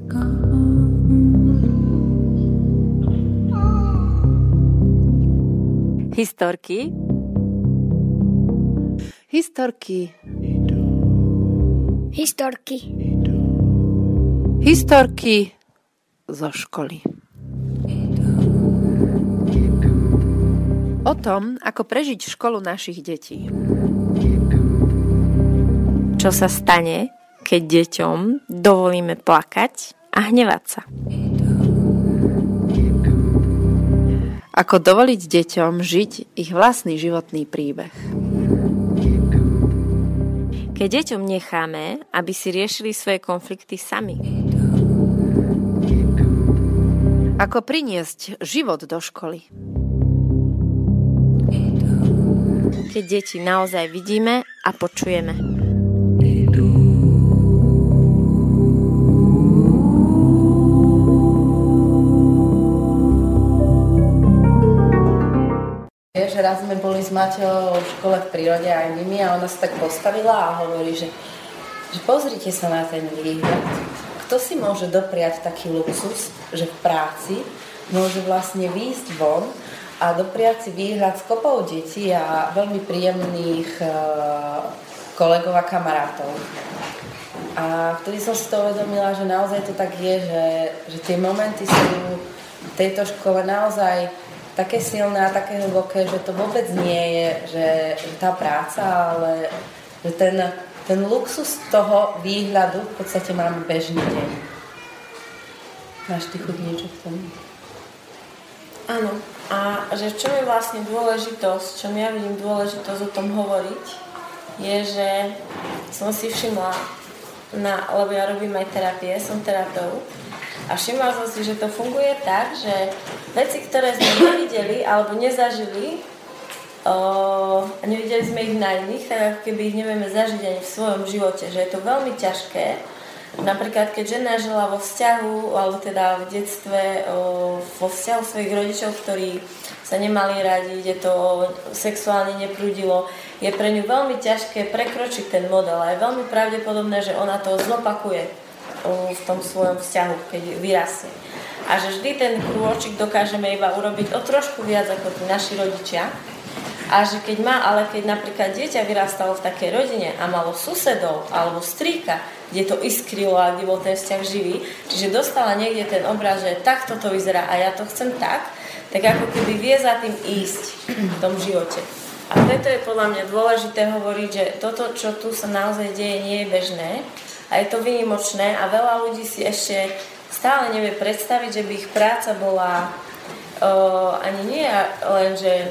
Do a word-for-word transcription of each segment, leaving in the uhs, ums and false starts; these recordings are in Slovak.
Historky. Historky. Historky. Historky zo školy. O tom, ako prežiť školu našich detí. Čo sa stane, keď deťom dovolíme plakať a hnevať sa. Ako dovoliť deťom žiť ich vlastný životný príbeh. Keď deťom necháme, aby si riešili svoje konflikty sami. Ako priniesť život do školy. Keď deti naozaj vidíme a počujeme. Že raz sme boli s Maťou v škole v prírode aj nimi a ona sa tak postavila a hovorí, že, že pozrite sa na ten výhľad. Kto si môže dopriať taký luxus, že v práci môže vlastne výjsť von a dopriať si výhľad s kopou detí a veľmi príjemných uh, kolegov a kamarátov. A vtedy som si to uvedomila, že naozaj to tak je, že, že tie momenty sú v tejto škole naozaj také silné a také hlboké, že to vôbec nie je, že, že tá práca, ale že ten, ten luxus toho výhľadu v podstate máme bežný deň. Máš ty chuť niečo k tomu? Áno. A že čo je vlastne dôležitosť, čo ja vidím dôležitosť o tom hovoriť, je, že som si všimla, na, lebo ja robím aj terapie, som terapeut, a všimla som si, že to funguje tak, že veci, ktoré sme nevideli alebo nezažili o, a nevideli sme ich na iných, tak ako keby ich nevieme zažiť ani v svojom živote, že je to veľmi ťažké. Napríklad, keď žena žila vo vzťahu, alebo teda v detstve o, vo vzťahu svojich rodičov, ktorí sa nemali radi, kde to sexuálne neprúdilo, je pre ňu veľmi ťažké prekročiť ten model a je veľmi pravdepodobné, že ona to zopakuje v tom svojom vzťahu, keď vyrastie. A že vždy ten krôčik dokážeme iba urobiť o trošku viac ako tí naši rodičia. A že keď má, ale keď napríklad dieťa vyrastalo v takej rodine a malo susedov alebo strýka, kde to iskrilo a kde bol ten vzťah živý, čiže dostala niekde ten obraz, že takto to vyzerá a ja to chcem tak, tak ako keby vie za tým ísť v tom živote. A preto je podľa mňa dôležité hovoriť, že toto, čo tu sa naozaj deje, nie je bežné, a je to výnimočné a veľa ľudí si ešte stále nevie predstaviť, že by ich práca bola uh, ani nie len, že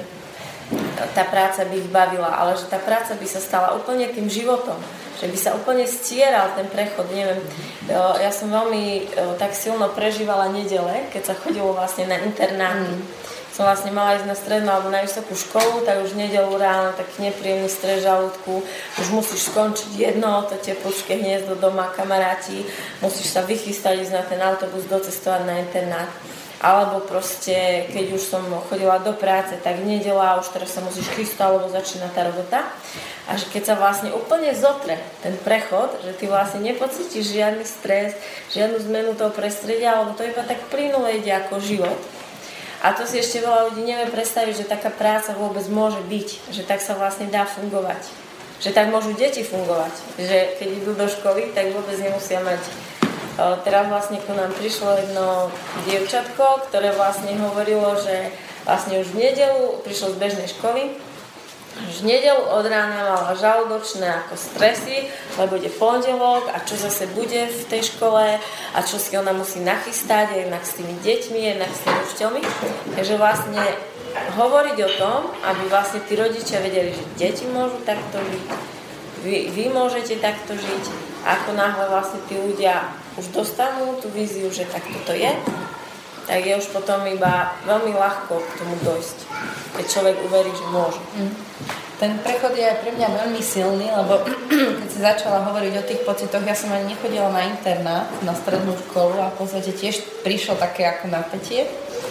tá práca by ich bavila, ale že tá práca by sa stala úplne tým životom, že by sa úplne stieral ten prechod, neviem. Uh, ja som veľmi uh, tak silno prežívala nedele, keď sa chodilo vlastne na internáty. Mm. Som vlastne mala ísť na strednú alebo na vysokú školu, tak už nedeľu ráno taký nepríjemný stres žalúdku, už musíš skončiť jedno, to teplúčke hniezdo doma, kamaráti, musíš sa vychystať, ísť na ten autobus, docestovať na internát. Alebo proste, keď už som chodila do práce, tak nedeľa, už teraz sa musíš chystať, alebo začína tá robota. A že keď sa vlastne úplne zotre ten prechod, že ty vlastne nepocítiš žiadny stres, žiadnu zmenu toho prostredia, alebo to iba tak plynule ide ako život. A to si ešte veľa ľudí nevie predstaviť, že taká práca vôbec môže byť, že tak sa vlastne dá fungovať. Že tak môžu deti fungovať, že keď idú do školy, tak vôbec nemusia mať. Teraz vlastne ku nám prišlo jedno dievčatko, ktoré vlastne hovorilo, že vlastne už v nedeľu prišlo z bežnej školy, už v nedeľu od rána mala žalúdočné ako stresy, lebo ide pondelok a čo zase bude v tej škole a čo si ona musí nachystať, jednak s tými deťmi, jednak s tými učiteľmi. Takže vlastne hovoriť o tom, aby vlastne tí rodičia vedeli, že deti môžu takto žiť, vy, vy môžete takto žiť, ako náhle vlastne tí ľudia už dostanú tú víziu, že takto to je, tak je už potom iba veľmi ľahko k tomu dojsť, keď človek uverí, že môže. Mm. Ten prechod je aj pre mňa veľmi silný, lebo keď si začala hovoriť o tých pocitoch, ja som ani nechodila na internát, na strednú školu a v podstate tiež prišlo také ako napätie.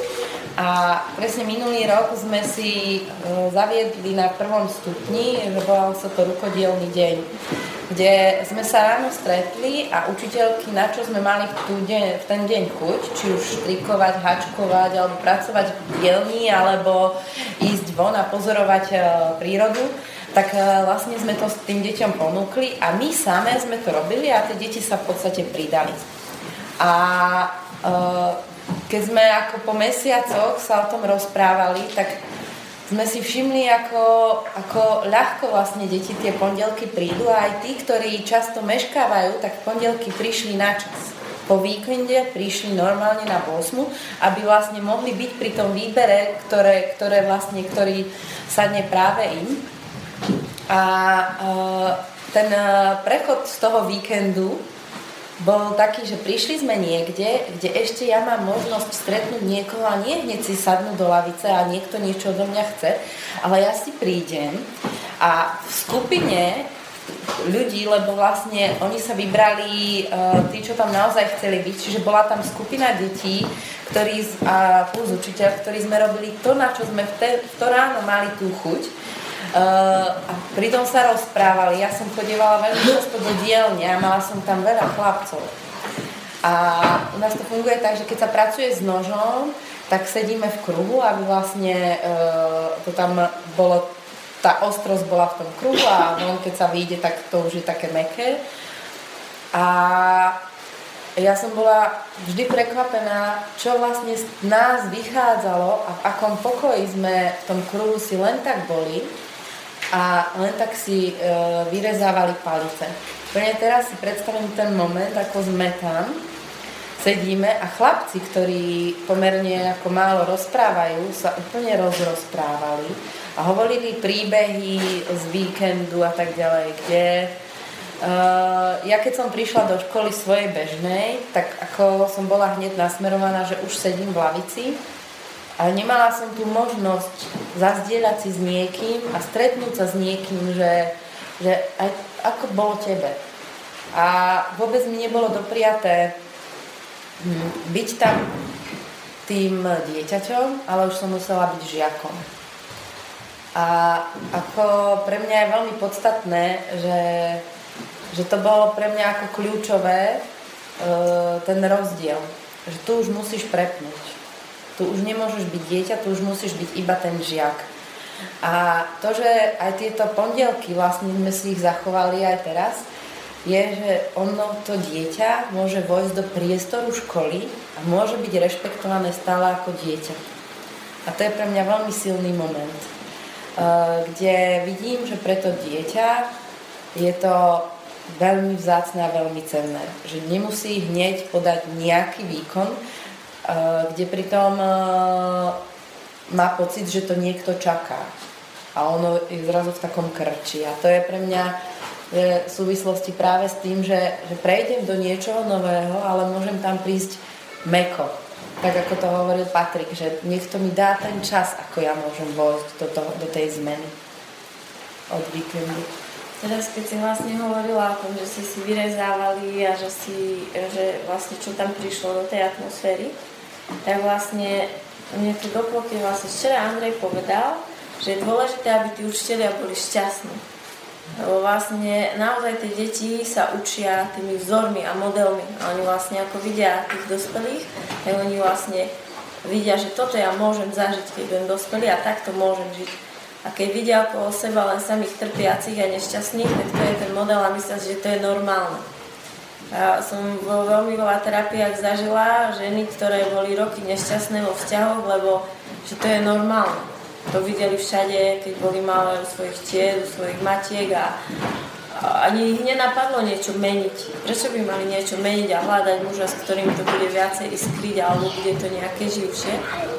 A presne minulý rok sme si zaviedli na prvom stupni, že volalo sa to rukodielny deň, kde sme sa ráno stretli a učiteľky, na čo sme mali v, tú deň, v ten deň chuť, či už štrikovať, hačkovať, alebo pracovať v dielni, alebo ísť von a pozorovať prírodu, tak vlastne sme to s tým deťom ponúkli a my samé sme to robili a tie deti sa v podstate pridali. A keď sme ako po mesiacoch sa o tom rozprávali, tak sme si všimli, ako, ako ľahko vlastne deti tie pondelky prídu a aj tí, ktorí často meškávajú, tak pondelky prišli na čas. Po víkende prišli normálne na ôsmu, aby vlastne mohli byť pri tom výbere, ktoré, ktoré vlastne, ktorý sadne práve im. A ten prechod z toho víkendu bol taký, že prišli sme niekde, kde ešte ja mám možnosť stretnúť niekoho a nie hneď si sadnúť do lavice a niekto niečo odo mňa chce, ale ja si prídem a v skupine ľudí, lebo vlastne oni sa vybrali uh, tí, čo tam naozaj chceli byť, čiže bola tam skupina detí, ktorí, a plus učiteľ, ktorí sme robili to, na čo sme v, te, v to ráno mali tú chuť. Uh, a pritom sa rozprávali. Ja som chodievala veľmi často do dielne a mala som tam veľa chlapcov. A u nás to funguje tak, že keď sa pracuje s nožom, tak sedíme v kruhu, aby vlastne uh, to tam bolo, tá ostrosť bola v tom kruhu a on, keď sa vyjde, tak to už je také mäkké. A ja som bola vždy prekvapená, čo vlastne z nás vychádzalo a v akom pokoji sme v tom kruhu si len tak boli a len tak si e, vyrezávali palice. Prvne teraz si predstavím ten moment, ako sme tam, sedíme a chlapci, ktorí pomerne ako málo rozprávajú, sa úplne rozrozprávali a hovorili príbehy z víkendu a tak ďalej, kde uh, ja keď som prišla do školy svojej bežnej, tak ako som bola hneď nasmerovaná, že už sedím v lavici, ale nemala som tu možnosť zazdieľať si s niekým a stretnúť sa s niekým, že, že aj ako bolo tebe. A vôbec mi nebolo dopriaté byť tam tým dieťaťom, ale už som musela byť žiakom. A ako pre mňa je veľmi podstatné, že, že to bolo pre mňa ako kľúčové ten rozdiel. Že tu už musíš prepnúť. Tu už nemôžeš byť dieťa, tu už musíš byť iba ten žiak. A to, že aj tieto pondelky vlastne sme si ich zachovali aj teraz, je, že ono, to dieťa môže vojsť do priestoru školy a môže byť rešpektované stále ako dieťa. A to je pre mňa veľmi silný moment, kde vidím, že pre to dieťa je to veľmi vzácne a veľmi cenné. Že nemusí hneď podať nejaký výkon, kde pritom má pocit, že to niekto čaká. A ono je zrazu v takom krči. A to je pre mňa v súvislosti práve s tým, že, že prejdem do niečoho nového, ale môžem tam prísť mäkko. Tak ako to hovoril Patrik, že niekto mi dá ten čas, ako ja môžem vojsť do, toho, do tej zmeny od víkendu. Teraz keď si vlastne hovorila o tom, že si si vyrezávali a že, si, že vlastne čo tam prišlo do tej atmosféry, tak vlastne mne tu doplnky vlastne včera Andrej povedal, že je dôležité, aby tí učitelia boli šťastní. Lebo vlastne naozaj tie deti sa učia tými vzormi a modelmi a oni vlastne ako vidia tých dospelých, tak oni vlastne vidia, že toto ja môžem zažiť, keď budem dospelý a takto môžem žiť. A keď vidia okolo seba len samých trpiacich a nešťastných, tak to je ten model a myslia si, že to je normálne. Ja som vo veľmi veľa terapiách zažila ženy, ktoré boli roky nešťastné vo vzťahoch, lebo že to je normálne. To videli všade, keď boli malé u svojich tiet, u svojich matiek a, a ani ich nenapadlo niečo meniť. Prečo by mali niečo meniť a hľadať muža, s ktorým to bude viacej iskriť alebo bude to nejaké živšie.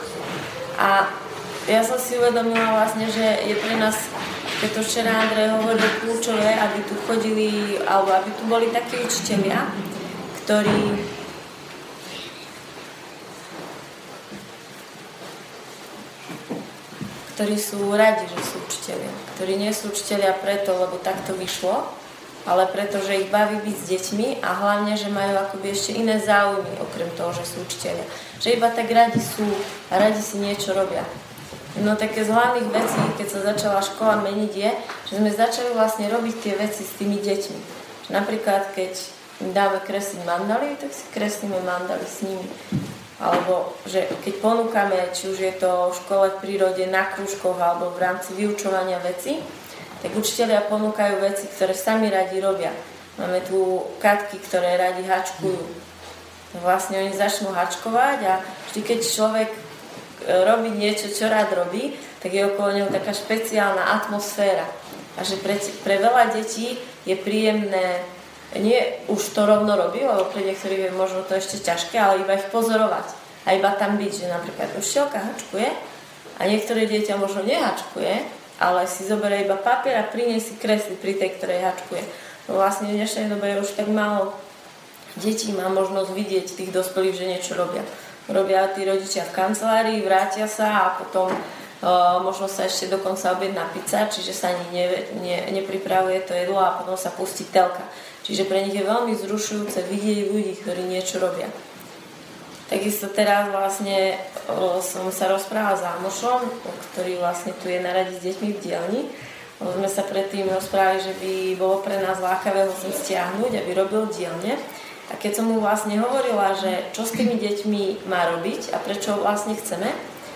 A ja som si uvedomila vlastne, že je pre nás, keď to včera Andrej hovoril, kľúčové, aby tu chodili, alebo aby tu boli takí učitelia, ktorí ktorí sú radi, že sú učitelia. Ktorí nie sú učitelia preto, lebo tak to vyšlo, ale pretože ich baví byť s deťmi a hlavne, že majú akoby ešte iné záujmy, okrem toho, že sú učitelia. Že iba tak radi sú a radi si niečo robia. No také z hlavných vecí, keď sa začala škola meniť, je, že sme začali vlastne robiť tie veci s tými deťmi. Že napríklad, keď im dáme kresliť mandaly, tak si kreslíme mandaly s nimi. Alebo že keď ponúkame, či už je to v škole v prírode, na krúžkoch alebo v rámci vyučovania veci, tak učitelia ponúkajú veci, ktoré sami radi robia. Máme tu katky, ktoré radi hačkujú. Vlastne oni začnú hačkovať a vždy, keď človek robí niečo, čo rád robí, tak je okolo neho taká špeciálna atmosféra. A že pre, pre veľa detí je príjemné nie už to rovno robiť, lebo pre niektorých je možno to ešte ťažké, ale iba ich pozorovať. A iba tam byť, že napríklad učiteľka hačkuje a niektoré dieťa možno nehačkuje, ale si zoberie iba papier a pri nej si kreslí pri tej, ktorej hačkuje. No vlastne v dnešnej dobe už tak málo detí má možnosť vidieť tých dospelých, že niečo robia. Robia tí rodičia v kancelárii, vrátia sa a potom uh, možno sa ešte dokonca objedná pizza, čiže sa ani ne, ne, nepripravuje to jedlo a potom sa pustí telka. Čiže pre nich je veľmi zrušujúce vidieť ľudí, ktorí niečo robia. Takisto teraz vlastne o, som sa rozprávala s Ámošom, ktorý vlastne tu je na rade s deťmi v dielni. O, sme sa predtým rozprávali, že by bolo pre nás lákavé ho sem stiahnuť, aby robil dielne. A keď som mu vlastne hovorila, že čo s tými deťmi má robiť a prečo vlastne chceme,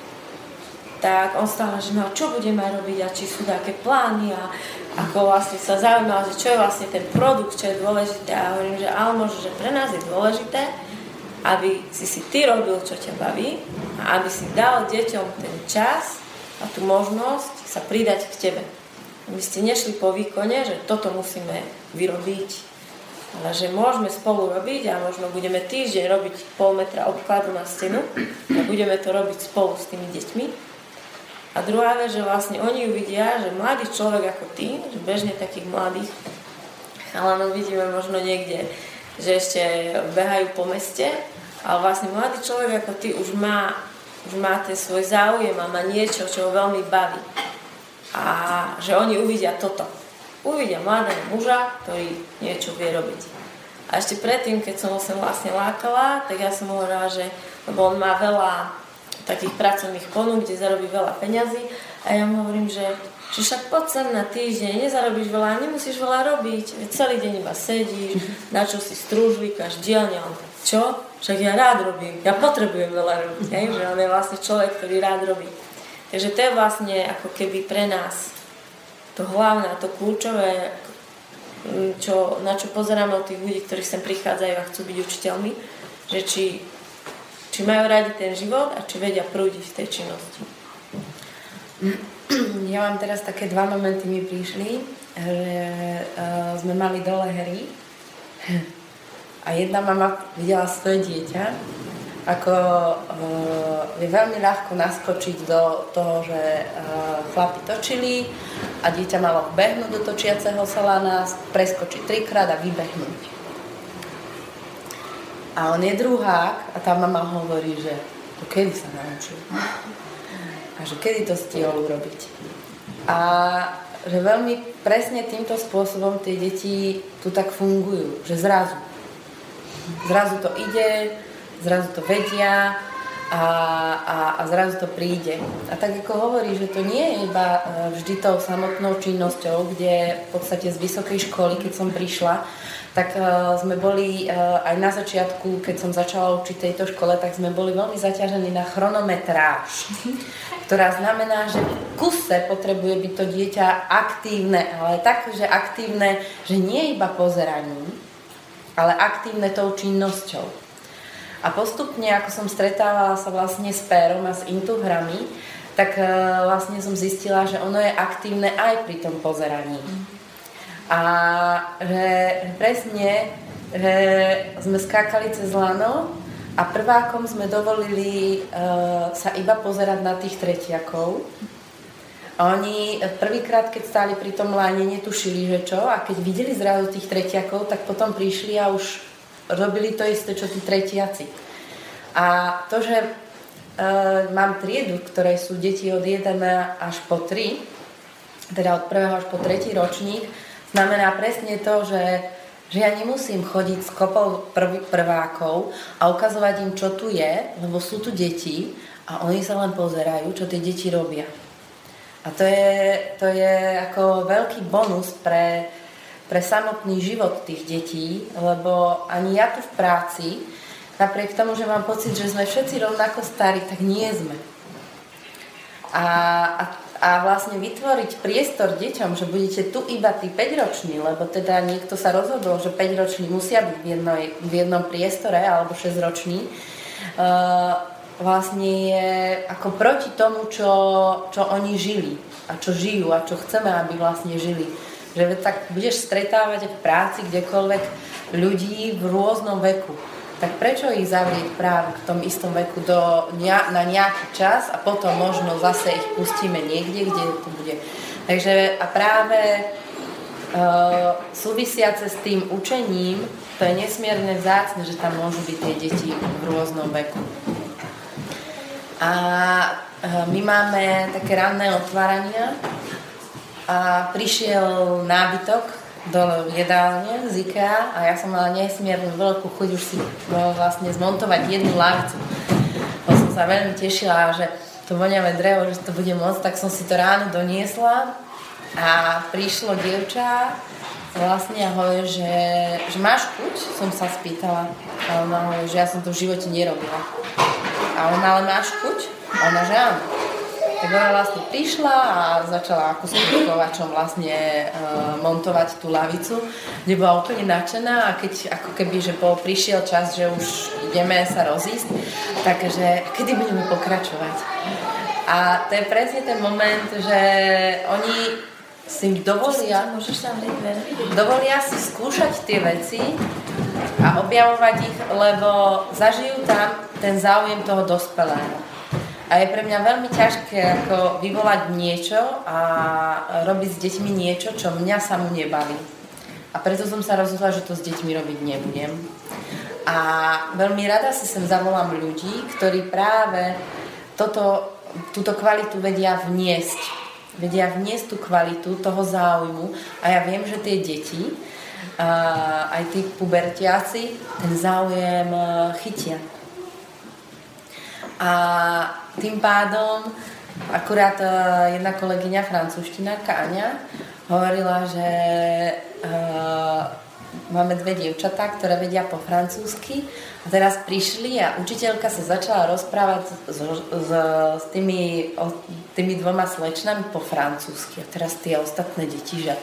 tak on stále, že no čo budeme robiť a či sú také plány a ako vlastne sa zaujímal, že čo je vlastne ten produkt, čo je dôležité. A hovorím, že Almoš, že pre nás je dôležité, aby si si ty robil, čo ťa baví a aby si dal deťom ten čas a tú možnosť sa pridať k tebe. Aby ste nešli po výkone, že toto musíme vyrobiť, ale že môžeme spolu robiť a možno budeme týždeň robiť pol metra obkladu na stenu a budeme to robiť spolu s tými deťmi. A druhá vec, že vlastne oni uvidia, že mladý človek ako ty, že bežne takých mladých chalanov vidíme možno niekde, že ešte behajú po meste, ale vlastne mladý človek ako ty už má, už má ten svoj záujem a má niečo, čo ho veľmi baví. A že oni uvidia toto. Uvidia mladého muža, ktorý niečo vie robiť. A ešte predtým, keď som ho sem vlastne lákala, tak ja som hovorila, že lebo on má veľa takých pracovných ponúk, kde zarobí veľa peňazí a ja mu hovorím, že že však poď sem na týždeň, nezarobíš veľa, nemusíš veľa robiť, celý deň iba sedíš, na čo si strúžlíkaš, dielne, on čo? Však ja rád robím, ja potrebujem veľa robiť, hej? Že on je vlastne človek, ktorý rád robí. Takže to je vlastne ako keby pre nás to hlavné, to kľúčové, čo, na čo pozeráme od tých ľudí, ktorí sem prichádzajú a chcú byť učiteľmi, že či, či majú radi ten život a či vedia prúdiť v tej činnosti. Ja mám teraz také dva momenty mi prišli, že uh, sme mali dole hry a jedna mama videla svoje dieťa, ako uh, je veľmi ľahko naskočiť do toho, že uh, chlapi točili a dieťa malo behnúť do točiaceho salána, preskočiť trikrát a vybehnúť. A on je druhák a tá mama hovorí, že to kedy sa naučil? A že kedy to stihol urobiť. A že veľmi presne týmto spôsobom tie deti tu tak fungujú, že zrazu. Zrazu to ide, zrazu to vedia a, a, a zrazu to príde. A tak ako hovorí, že to nie je iba vždy tou samotnou činnosťou, kde v podstate z vysokej školy, keď som prišla, tak uh, sme boli uh, aj na začiatku, keď som začala učiť tejto škole, tak sme boli veľmi zaťažení na chronometráž, ktorá znamená, že v kuse potrebuje byť to dieťa aktívne, ale tak, že aktívne, že nie iba pozeraním, ale aktívne tou činnosťou. A postupne, ako som stretávala sa vlastne s Pérom a s intuhrami, tak uh, vlastne som zistila, že ono je aktívne aj pri tom pozeraní. A že presne, že sme skákali cez lano a prvákom sme dovolili uh, sa iba pozerať na tých tretiakov. A oni prvýkrát, keď stáli pri tom láne, netušili, že čo. A keď videli zrazu tých tretiakov, tak potom prišli a už robili to isté, čo tí tretiaci. A to, že uh, mám triedu, v ktorej sú deti od jeden až po tri, teda od prvého až po tretí ročník, znamená presne to, že, že ja nemusím chodiť s kopou prv, prvákov a ukazovať im, čo tu je, lebo sú tu deti a oni sa len pozerajú, čo tie deti robia. A to je, to je ako veľký bonus pre, pre samotný život tých detí, lebo ani ja tu v práci, napriek tomu, že mám pocit, že sme všetci rovnako starí, tak nie sme. A, a, a vlastne vytvoriť priestor deťom, že budete tu iba tí päťroční, lebo teda niekto sa rozhodol, že päťroční musia byť v, jednoj, v jednom priestore, alebo šesťroční, uh, vlastne je ako proti tomu, čo, čo oni žili a čo žijú a čo chceme, aby vlastne žili. Že tak budeš stretávať v práci kdekoľvek ľudí v rôznom veku. Tak prečo ich zavrieť práve v tom istom veku do, na nejaký čas a potom možno zase ich pustíme niekde, kde to bude. Takže a práve uh, súvisiace s tým učením, to je nesmierne vzácne, že tam môžu byť tie deti v rôznom veku. A my máme také ranné otvárania a prišiel nábytok do jedálne z IKEA a ja som mala nesmierne veľkú chuť už si vlastne zmontovať jednu lavicu. Bo som sa veľmi tešila, že to voňavé drevo, že to bude môcť, tak som si to ráno doniesla a prišlo dievča vlastne a hovorí, že, že máš chuť? Som sa spýtala a ona hovorí, že ja som to v živote nerobila. A ona, ale máš chuť? Ona, že áno. Tak ona vlastne prišla a začala ako skutkovačom vlastne e, montovať tú lavicu, kde bola úplne nadšená a keď ako keby, že bol, prišiel čas, že už ideme sa rozísť, takže kedy budeme pokračovať. A to je presne ten moment, že oni si dovolia, dovolia si skúšať tie veci a objavovať ich, lebo zažijú tam ten záujem toho dospelého. A je pre mňa veľmi ťažké ako vyvolať niečo a robiť s deťmi niečo, čo mňa samú nebaví. A preto som sa rozhodla, že to s deťmi robiť nebudem. A veľmi rada si sem zavolám ľudí, ktorí práve toto, túto kvalitu vedia vniesť. Vedia vniesť tú kvalitu toho záujmu. A ja viem, že tie deti, aj tí pubertiaci, ten záujem chytia. A tým pádom akurát jedna kolegyňa francúzštinárka Aňa hovorila, že uh, máme dve dievčatá, ktoré vedia po francúzsky a teraz prišli a učiteľka sa začala rozprávať s, s, s tými, o, tými dvoma slečnami po francúzsky a teraz tie ostatné deti, že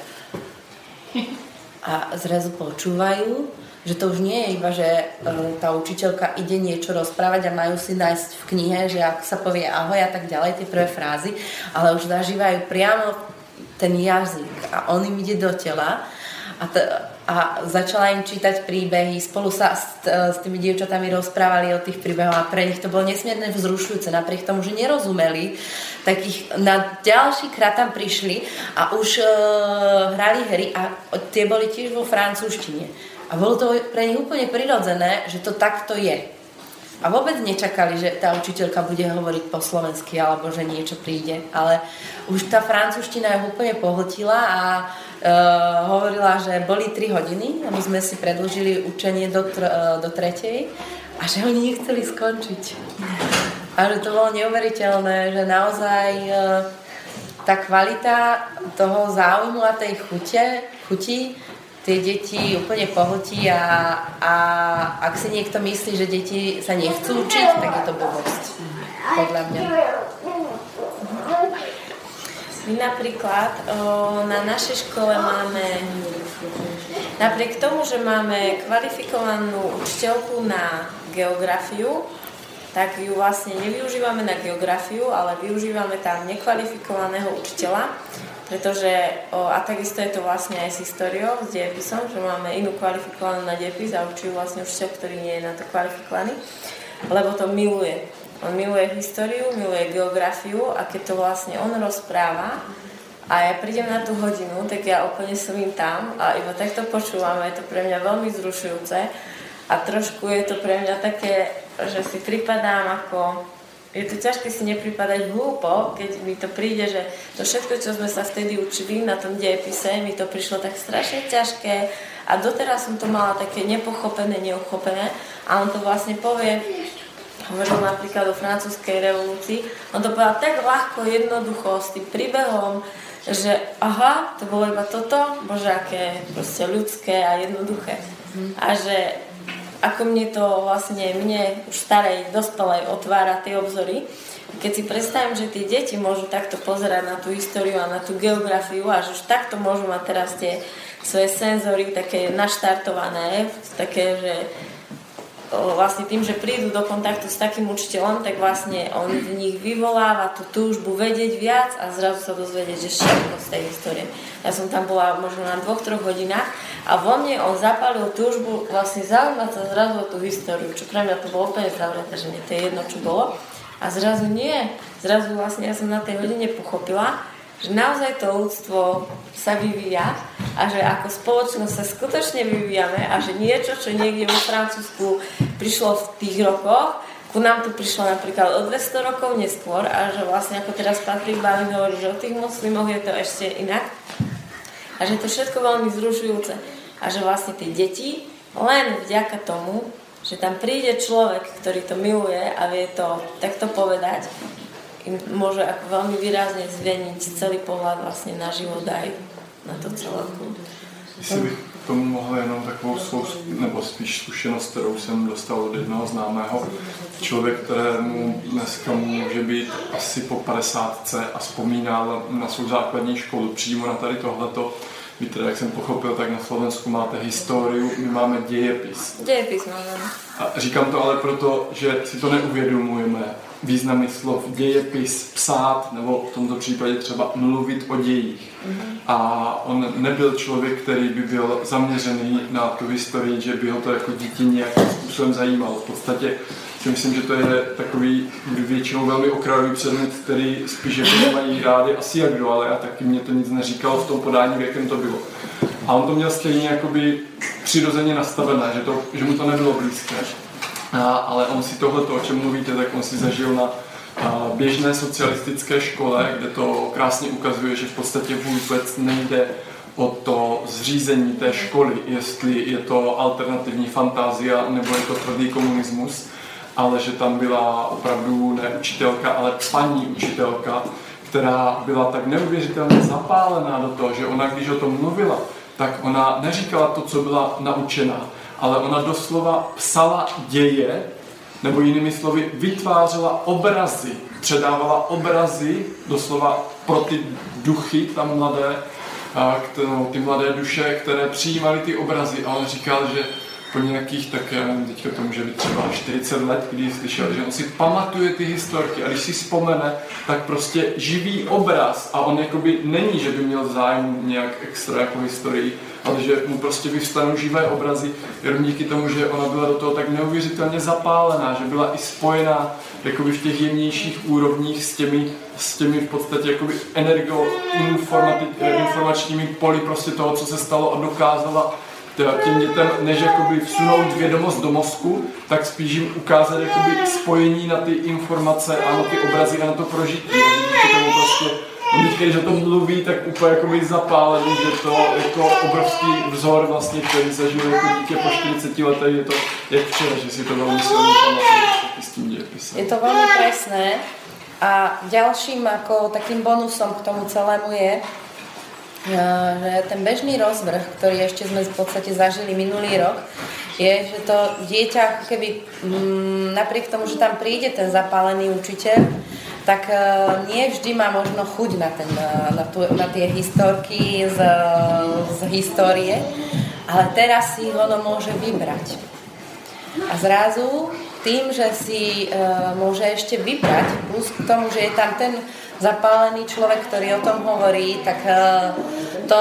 a zrazu počúvajú, že to už nie je iba, že uh, tá učiteľka ide niečo rozprávať a majú si nájsť v knihe, že ako sa povie ahoj a tak ďalej, tie prvé frázy, ale už zažívajú priamo ten jazyk a on im ide do tela a, t- a začala im čítať príbehy, spolu sa s, s tými dievčatami rozprávali o tých príbehoch a pre nich to bolo nesmierne vzrušujúce, napriek tomu, že nerozumeli, tak ich na ďalší krát tam prišli a už uh, hrali hry a tie boli tiež vo francúzštine. A bolo to pre nich úplne prirodzené, že to takto je. A vôbec nečakali, že tá učiteľka bude hovoriť po slovensky alebo že niečo príde. Ale už tá francúzština ju úplne pohltila a e, hovorila, že boli tri hodiny, lebo sme si predĺžili učenie do, tr- do tretej a že oni nechceli skončiť. A že to bolo neuveriteľné, že naozaj e, tá kvalita toho záujmu a tej chute, chuti tie deti úplne pohltí a, a ak si niekto myslí, že deti sa nechcú učiť, tak je to blbosť, podľa mňa. My napríklad o, na našej škole máme, napriek tomu, že máme kvalifikovanú učiteľku na geografiu, tak ju vlastne nevyužívame na geografiu, ale využívame tam nekvalifikovaného učiteľa, pretože, o, a takisto je to vlastne aj s históriou, s dejepisom, že máme inú kvalifikovanú na dejepis a učí vlastne učiteľ, ktorý nie je na to kvalifikovaný, lebo to miluje. On miluje históriu, miluje geografiu a keď to vlastne on rozpráva a ja prídem na tú hodinu, tak ja úplne som im tam a iba takto počúvam a je to pre mňa veľmi zrušujúce a trošku je to pre mňa také, že si pripadám ako je to ťažké si nepripadať hlúpo, keď mi to príde, že to všetko, čo sme sa vtedy učili na tom dejepise, mi to prišlo tak strašne ťažké a doteraz som to mala také nepochopené, neuchopené a on to vlastne povie, hovoril napríklad o francúzskej revolúcii, on to povedal tak ľahko, jednoducho, s tým príbehom, že aha, to bolo iba toto, bože, aké proste ľudské a jednoduché. A že ako mne to vlastne, mne už starej, dospelej otvára tie obzory, keď si predstavím, že tie deti môžu takto pozerať na tú históriu a na tú geografiu a že už takto môžu mať teraz tie svoje senzory také naštartované, také, že vlastne tým, že prídu do kontaktu s takým učiteľom, tak vlastne on v nich vyvoláva tú túžbu vedieť viac a zrazu sa dozvedieť, že všetko z tej histórie. Ja som tam bola možno na dvoch, troch hodinách a vo mne on zapálil túžbu vlastne zaujímať sa zrazu o tú históriu, čo pre mňa to bolo úplne zavreté, že mne to je jedno, čo bolo. A zrazu nie. Zrazu vlastne ja som na tej hodine pochopila, že naozaj to ľudstvo sa vyvíja a že ako spoločnosť sa skutočne vyvíjame a že niečo, čo niekde vo Francúzsku prišlo v tých rokoch, ku nám tu prišlo napríklad o dvesto rokov neskôr a že vlastne ako teraz Patrik Bálin hovorí, že o tých moslimoch je to ešte inak a že to všetko veľmi zrušujúce a že vlastne tie deti len vďaka tomu, že tam príde človek, ktorý to miluje a vie to takto povedať, im môže ako veľmi výrazne zveniť celý pohľad vlastne na život aj na to celé. Jestli bych k tomu mohl jenom takovou svou, nebo spíš zkušenost, kterou jsem dostal od jednoho známého. Člověk, kterému dneska může být asi po padesátce a vzpomínal na svou základní školu přímo na tady tohleto. Víte, jak jsem pochopil, tak na Slovensku máte historii, my máme dějepis. Dějepis máme. A říkám to ale proto, že si to neuvědomujeme. Významy slov dějepis, psát, nebo v tomto případě třeba mluvit o dějích. Mm-hmm. A on nebyl člověk, který by byl zaměřený na tu historii, že by ho to jako dítě nějakým způsobem zajímalo. V podstatě si myslím, že to je takový většinou velmi okrajový předmět, který spíš jako nemají rádi asi jak kdo, ale já taky mě to nic neříkalo v tom podání, v jakém to bylo. A on to měl stejně jakoby přirozeně nastavené, že, to, že mu to nebylo blízké. A, ale on si tohleto, o čem mluvíte, tak on si zažil na a, běžné socialistické škole, kde to krásně ukazuje, že v podstatě vůbec nejde o to zřízení té školy, jestli je to alternativní fantázia nebo je to tvrdý komunismus, ale že tam byla opravdu ne učitelka, ale paní učitelka, která byla tak neuvěřitelně zapálená do toho, že ona, když o tom mluvila, tak ona neříkala to, co byla naučená, ale ona doslova psala děje, nebo jinými slovy vytvářela obrazy, předávala obrazy doslova pro ty duchy tam mladé, ty mladé duše, které přijímaly ty obrazy. A on říkal, že po nějakých, tak já nevím, teďka to může být třeba čtyřicet let, kdy slyšel, že on si pamatuje ty historky a když si vzpomene, tak prostě živý obraz a on jakoby není, že by měl zájem nějak extra jako historii, ale že mu prostě vyvstanou živé obrazy, jenom díky tomu, že ona byla do toho tak neuvěřitelně zapálená, že byla i spojená jakoby v těch jemnějších úrovních s těmi, s těmi v podstatě jakoby energo-informačními poli prostě toho, co se stalo a dokázala těm dětem, než jakoby vsunout vědomost do mozku, tak spíš jim ukázat jakoby spojení na ty informace a na ty obrazy a na to prožití. A díky tomu prostě, když o tom mluví, tak úplně jakoby zapálený, že to jako obrovský vzor vlastně, který zažil jako dítě po čtyřiceti letech, je to jak včera, že si to velmi silně pamatuje s tím dějepisem. Je to veľmi presné a ďalším ako takým bonusom k tomu celému je, že ten bežný rozvrh, ktorý ešte sme v podstate zažili minulý rok, je, že to dieťa, keby m, napriek tomu, že tam príde ten zapálený učiteľ, tak nie vždy má možno chuť na, ten, na, tu, na tie historky z, z histórie, ale teraz si ono môže vybrať. A zrazu tým, že si uh, môže ešte vybrať, plus k tomu, že je tam ten zapálený človek, ktorý o tom hovorí, tak uh, to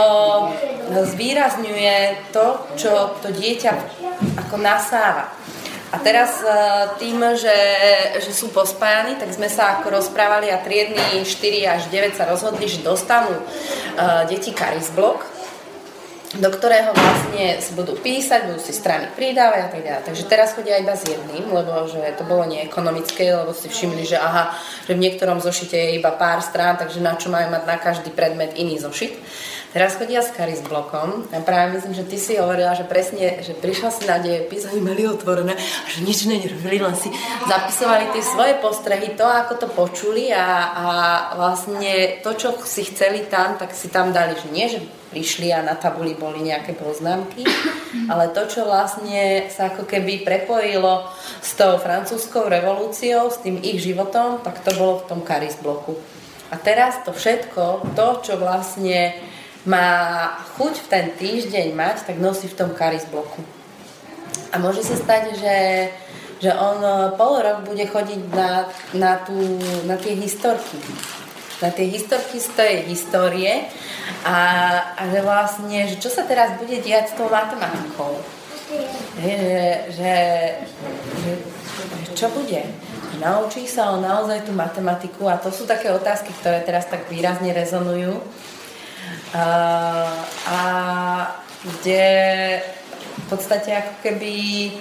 zvýrazňuje to, čo to dieťa ako nasáva. A teraz tým, že, že sú pospájani, tak sme sa ako rozprávali a triedny štyri až deväť sa rozhodli, že dostanú uh, deti Karis blok do ktorého vlastne si budú písať, budú si strany pridávať a tak ďalej. Takže teraz chodia iba s jedným, lebo že to bolo neekonomické, lebo si všimli, že aha, že v niektorom zošite je iba pár strán, takže na čo majú mať na každý predmet iný zošit. Teraz chodia s Karis blokom a práve myslím, že ty si hovorila, že presne, že prišla si na dejepis, oni mali otvorené a že nič nerobili, len si zapisovali tie svoje postrehy, to ako to počuli a, a vlastne to, čo si chceli tam, tak si tam dali, že nie, že prišli a na tabuli boli nejaké poznámky, ale to, čo vlastne sa ako keby prepojilo s tou francúzskou revolúciou, s tým ich životom, tak to bolo v tom Karis bloku. A teraz to všetko, to, čo vlastne má chuť v ten týždeň mať, tak nosí v tom Karis bloku. A môže sa stať, že, že on pol rok bude chodiť na, na, tú, na tie historky. Na tie historky z tej histórie a, a že vlastne, že čo sa teraz bude diať s tou matematikou. Že, že, že, že čo bude? Naučí sa on naozaj tú matematiku a to sú také otázky, ktoré teraz tak výrazne rezonujú. A, a kde v podstate ako keby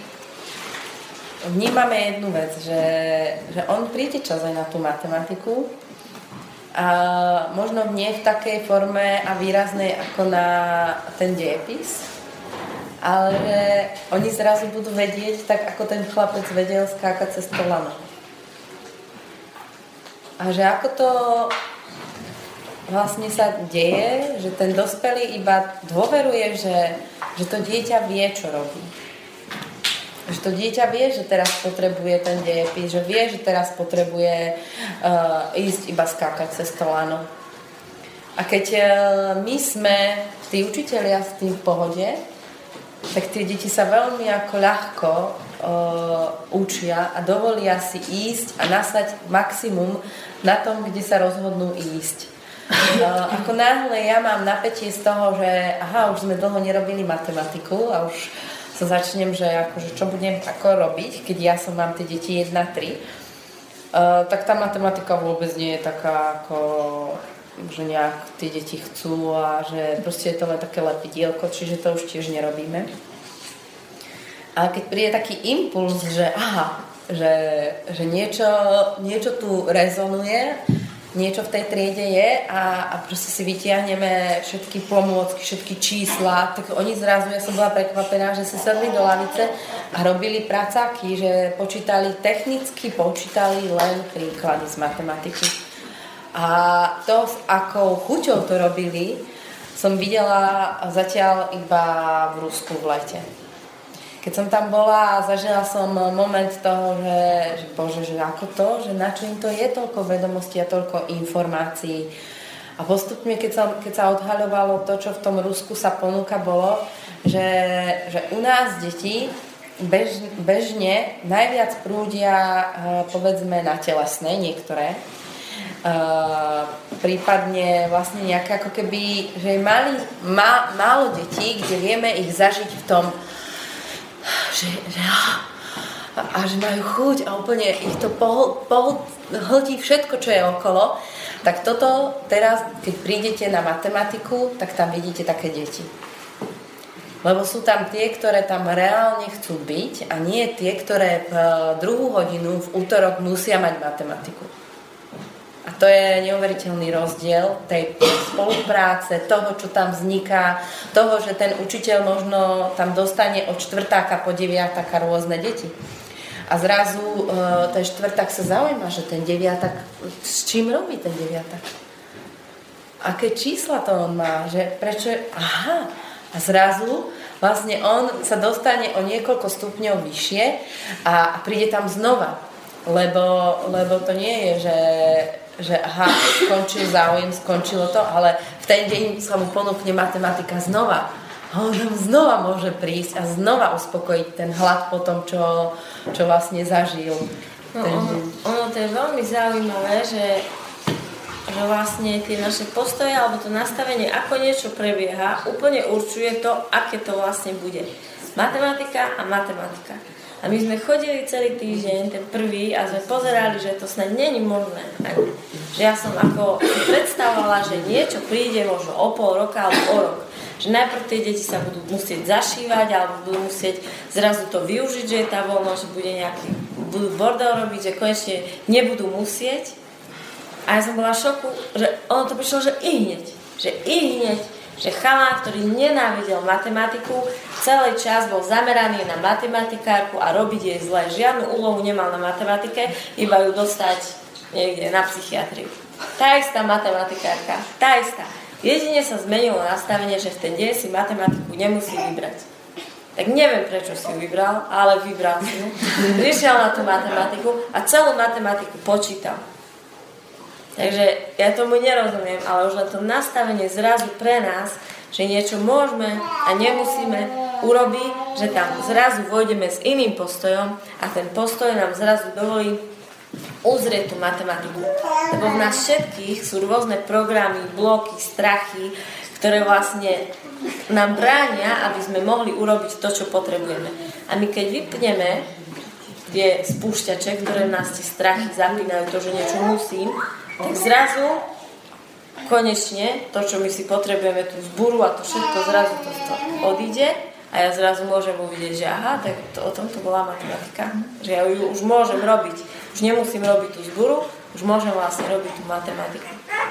vnímame jednu vec, že, že on príde čas aj na tú matematiku a možno nie v takej forme a výraznej ako na ten dejepis, ale že oni zrazu budú vedieť tak, ako ten chlapec vedel skákať cez to lano. A že ako to vlastne sa deje, že ten dospelý iba dôveruje, že, že to dieťa vie, čo robí. Že to dieťa vie, že teraz potrebuje ten dejepis, že vie, že teraz potrebuje uh, ísť iba skákať cez to lano. A keď uh, my sme, tí učitelia s tým v pohode, tak tie deti sa veľmi ako ľahko uh, učia a dovolia si ísť a nasať maximum na tom, kde sa rozhodnú ísť. Uh, ako náhle ja mám napätie z toho, že aha, už sme dlho nerobili matematiku a už sa začnem, že akože čo budem ako robiť, keď ja som mám tie deti jedna tri, uh, tak tá matematika vôbec nie je taká ako, že nejak tie deti chcú a že proste je to len také lepidielko, čiže to už tiež nerobíme. A keď príde taký impuls, že aha, že, že niečo, niečo tu rezonuje, niečo v tej triede je a, a proste si vytiahneme všetky pomôcky, všetky čísla, tak oni zrazu, ja som bola prekvapená, že si sadli do lavice a robili pracáky, že počítali technicky, počítali len príklady z matematiky. A to, s akou chuťou to robili, som videla zatiaľ iba v Rusku v lete. Keď som tam bola, zažila som moment toho, že, že bože, že ako to, že na čo im to je toľko vedomostí a toľko informácií. A postupne, keď sa, keď sa odhaľovalo to, čo v tom Rusku sa ponúka, bolo, že, že u nás deti bež, bežne najviac prúdia, povedzme, na telesnej niektoré. Uh, prípadne vlastne nejaké ako keby, že je malý, má, málo detí, kde vieme ich zažiť v tom, že, že a, a že majú chuť a úplne ich to pohl, pohl, hltí všetko, čo je okolo. Tak toto teraz, keď prídete na matematiku, tak tam vidíte také deti. Lebo sú tam tie, ktoré tam reálne chcú byť a nie tie, ktoré v druhú hodinu v útorok musia mať matematiku. A to je neuveriteľný rozdiel tej spolupráce, toho, čo tam vzniká, toho, že ten učiteľ možno tam dostane od štvrtáka po deviatáka rôzne deti. A zrazu e, ten štvrták sa zaujíma, že ten deviatak, s čím robí ten deviatak? Aké čísla to on má? Že prečo? Aha. A zrazu vlastne on sa dostane o niekoľko stupňov vyššie a, a príde tam znova. Lebo, lebo to nie je, že že aha, skončil záujem, skončilo to, ale v ten deň sa mu ponúkne matematika znova. A on znova môže prísť a znova uspokojiť ten hlad po tom, čo, čo vlastne zažil. No, ono, ono to je veľmi zaujímavé, že, že vlastne tie naše postoje alebo to nastavenie, ako niečo prebieha, úplne určuje to, aké to vlastne bude. Matematika a matematika. A my sme chodili celý týždeň, ten prvý, a sme pozerali, že to snad nie je možné. Že ja som ako predstavovala, že niečo príde možno o pol roka alebo o rok. Že najprv tie deti sa budú musieť zašívať alebo budú musieť zrazu to využiť, že je tá voľnosť, že bude nejaký, budú bordel robiť, že konečne nebudú musieť. A ja som bola v šoku, že ono to prišlo, že i hneď. Že i hneď, že chalán, ktorý nenávidel matematiku, celý čas bol zameraný na matematikárku a robiť jej zle. Žiadnu úlohu nemal na matematike, iba ju dostať niekde na psychiatriu. Tá istá matematikárka, tá istá. Jedine sa zmenilo nastavenie, že v ten deň si matematiku nemusí vybrať. Tak neviem, prečo si ju vybral, ale vybral si ju. Prišiel na tú matematiku a celú matematiku počítal. Takže ja tomu nerozumiem, ale už len to nastavenie zrazu pre nás, že niečo môžeme a nemusíme, urobí, že tam zrazu vojdeme s iným postojom a ten postoj nám zrazu dovolí uzrieť tú matematiku. Lebo v nás všetkých sú rôzne programy, bloky, strachy, ktoré vlastne nám bránia, aby sme mohli urobiť to, čo potrebujeme. A my keď vypneme tie spúšťače, ktoré v nás tie strachy zapínajú, to, že niečo musím, tak zrazu konečne to, čo my si potrebujeme, tú vzburu a to všetko zrazu to, to odíde a ja zrazu môžem uvidieť, že aha, tak to, o tom to bola matematika. Že ja ju už môžem robiť. Už nemusím robiť tú zburu, už môžem vlastne robiť tú matematiku.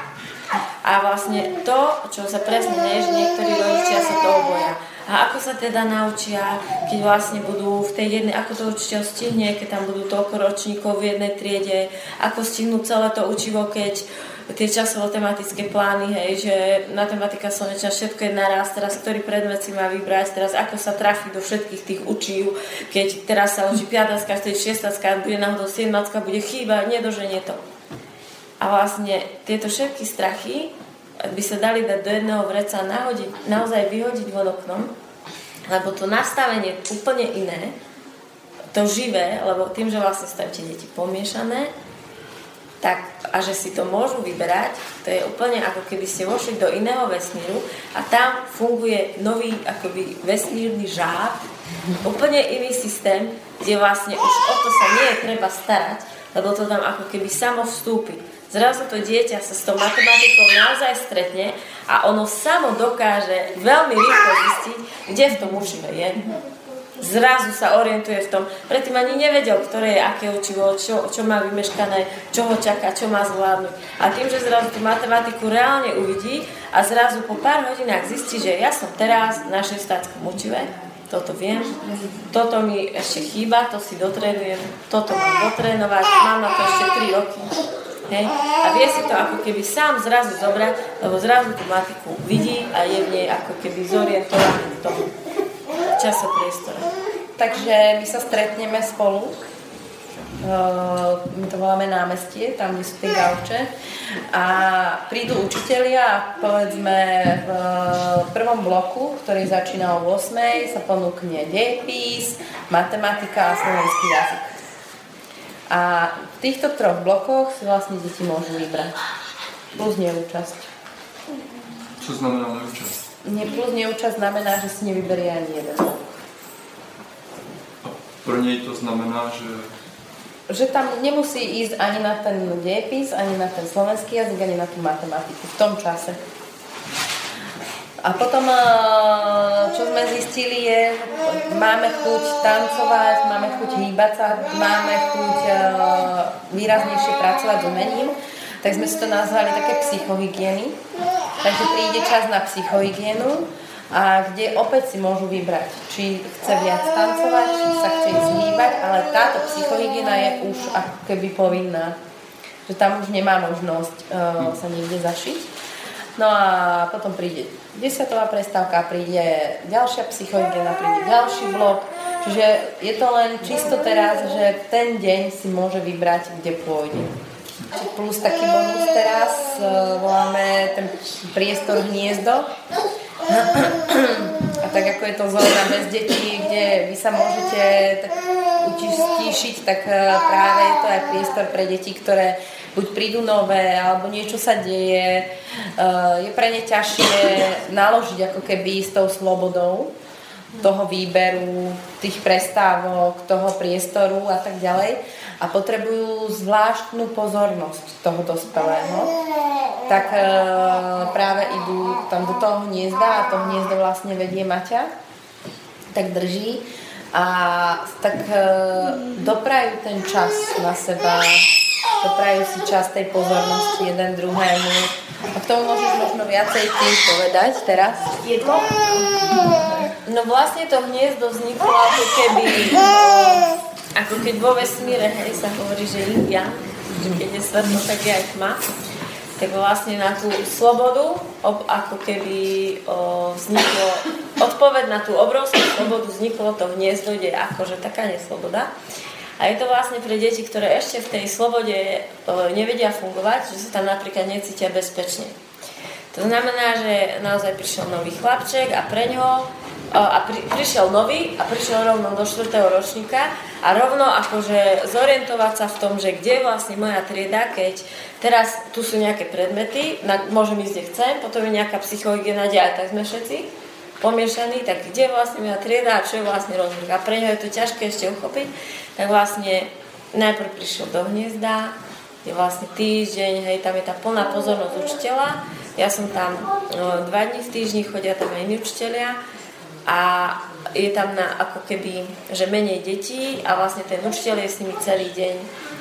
A vlastne to, čo sa presne nie, že niektorí rodičia sa toho boja. A ako sa teda naučia, keď vlastne budú v tej jednej, ako to učiteľ stihne, keď tam budú toľko ročníkov v jednej triede, ako stihnú celé to učivo, keď tie časovo-tematické plány, hej, že matematika, slnečná, všetko je naraz, teraz ktorý predmet si má vybrať, teraz ako sa trafí do všetkých tých učív, keď teraz sa učí piatacka, vtedy šiestacka, bude náhodou siedmacka, bude chýba, nedoženie to. A vlastne tieto všetky strachy by sa dali dať do jedného vreca a nahodiť, naozaj vyhodiť von oknom, lebo to nastavenie je úplne iné, to živé, lebo tým, že vlastne sú tam tie deti pomiešané, tak, a že si to môžu vyberať, to je úplne ako keby ste vošli do iného vesmíru a tam funguje nový akoby vesmírny žáb, úplne iný systém, kde vlastne už o to sa nie je treba starať, lebo to tam ako keby samo vstúpi. Zrazu to dieťa sa s tou matematikou naozaj stretne a ono samo dokáže veľmi rýchlo zistiť, kde v tom učive je. Zrazu sa orientuje v tom. Predtým ani nevedel, ktoré je aké učivo, čo, čo má vymeškané, čo ho čaká, čo má zvládnuť. A tým, že zrazu tú matematiku reálne uvidí a zrazu po pár hodinách zistí, že ja som teraz v našej štátskom učive, toto viem, toto mi ešte chýba, to si dotrénujem, toto mám dotrénovať, mám na to ešte tri roky. Hej. A vie si to ako keby sám zrazu zobrať, lebo zrazu tú matiku vidí a je v nej ako keby zorientovaný v tom časopriestore. Takže my sa stretneme spolu, uh, my to voláme námestie, tam, kde sú tie gauče, a prídu učitelia, povedzme v prvom bloku, ktorý začína o ôsmej, sa ponúkne dejepis, matematika a slovenský jazyk. A v týchto troch blokoch si vlastne deti môžu vybrať. Plus neúčasť. Co znamená neúčasť? Nie, plus neúčasť znamená, že si nevyberie ani jeden. A pro nej to znamená, že... Že tam nemusí ísť ani na ten dejepis, ani na ten slovenský jazyk, ani na tú matematiku v tom čase. A potom, čo sme zistili, je, máme chuť tancovať, máme chuť hýbať sa, máme chuť výraznejšie pracovať s umením, tak sme si to nazvali také psychohygieny. Takže príde čas na psychohygienu, a kde opäť si môžu vybrať, či chce viac tancovať, či sa chce zhýbať, ale táto psychohygiena je už ako keby povinná. Že tam už nemá možnosť uh, sa niekde zašiť. No a potom príde desiatová prestávka, príde ďalšia psychohygiena, príde ďalší blok. Čiže je to len čisto teraz, že ten deň si môže vybrať, kde pôjde. Plus taký bonus teraz, voláme ten priestor hniezdo. A tak ako je to zóna bez detí, kde vy sa môžete tak utíšiť, tak práve je to aj priestor pre deti, ktoré buď prídu nové, alebo niečo sa deje. Je pre ne ťažšie naložiť ako keby s tou slobodou. toho výberu, tých prestávok, toho priestoru a tak ďalej a potrebujú zvláštnu pozornosť toho dospelého, tak e, práve idú tam do toho hniezda a to hniezdo vlastne vedie Maťa, tak drží a tak e, doprajú ten čas na seba, doprajú si čas tej pozornosti jeden druhému. A k tomu môžeš možno viacej ty povedať teraz? Je to? No vlastne to hniezdo vzniklo ako keby, o, ako keď vo vesmíre, hej, sa hovorí, že yin yang, keď je svetlo, tak je aj tma. Tak vlastne na tú slobodu, ob, ako keby o, vzniklo, odpoveď na tú obrovskú slobodu vzniklo to hniezdo, kde je akože taká nesloboda. A je to vlastne pre deti, ktoré ešte v tej slobode o, nevedia fungovať, že sa tam napríklad necítia bezpečne. To znamená, že naozaj prišiel nový chlapček a pre ňoho a pri, prišiel nový a prišiel rovno do štvrtého ročníka a rovno akože zorientovať sa v tom, že kde je vlastne moja trieda, keď teraz tu sú nejaké predmety, na, môžem ísť kde chcem, potom je nejaká psychohygiena, kde aj tak sme všetci pomiešaní, tak kde je vlastne moja trieda a čo je vlastne rozvrh. A pre ňo je to ťažké ešte uchopiť, tak vlastne najprv prišiel do hniezda, je vlastne týždeň, hej, tam je tá plná pozornosť učiteľa, ja som tam no, dva dní v týždni, chodia tam aj iní učiteľia, a je tam na ako keby, že menej detí a vlastne ten učiteľ je s nimi celý deň.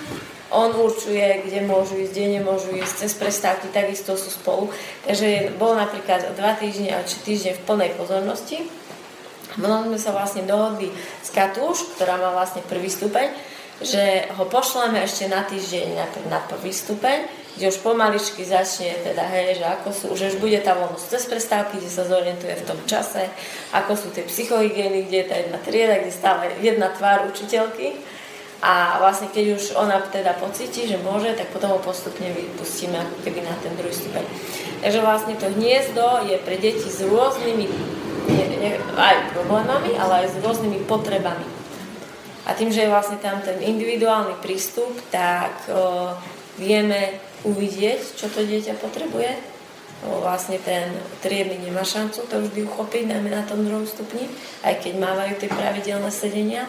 On určuje, kde môžu ísť, kde nemôžu ísť, cez prestávky takisto sú spolu. Takže bol napríklad dva týždne a či týždeň v plnej pozornosti. Potom sme sa vlastne dohodli s Katúš, ktorá má vlastne prvý stupeň, že ho pošleme ešte na týždeň na prvý stupeň, kde už pomaličky začne teda, hej, že ako sú, že už bude tá voľnosť cez prestávky, kde sa zorientuje v tom čase, ako sú tie psychohygieny, kde je tá jedna trieda, kde stále jedna tvár učiteľky a vlastne keď už ona teda pocíti, že môže, tak potom ho postupne vypustíme ako keby na ten druhý stupeň. Takže vlastne to hniezdo je pre deti s rôznymi nie, nie, aj problémami, ale aj s rôznymi potrebami. A tým, že je vlastne tam ten individuálny prístup, tak o, vieme uvidieť, čo to dieťa potrebuje. O, vlastne ten triedny nemá šancu to vždy uchopiť, najmä na tom druhom stupni, aj keď mávajú tie pravidelné sedenia.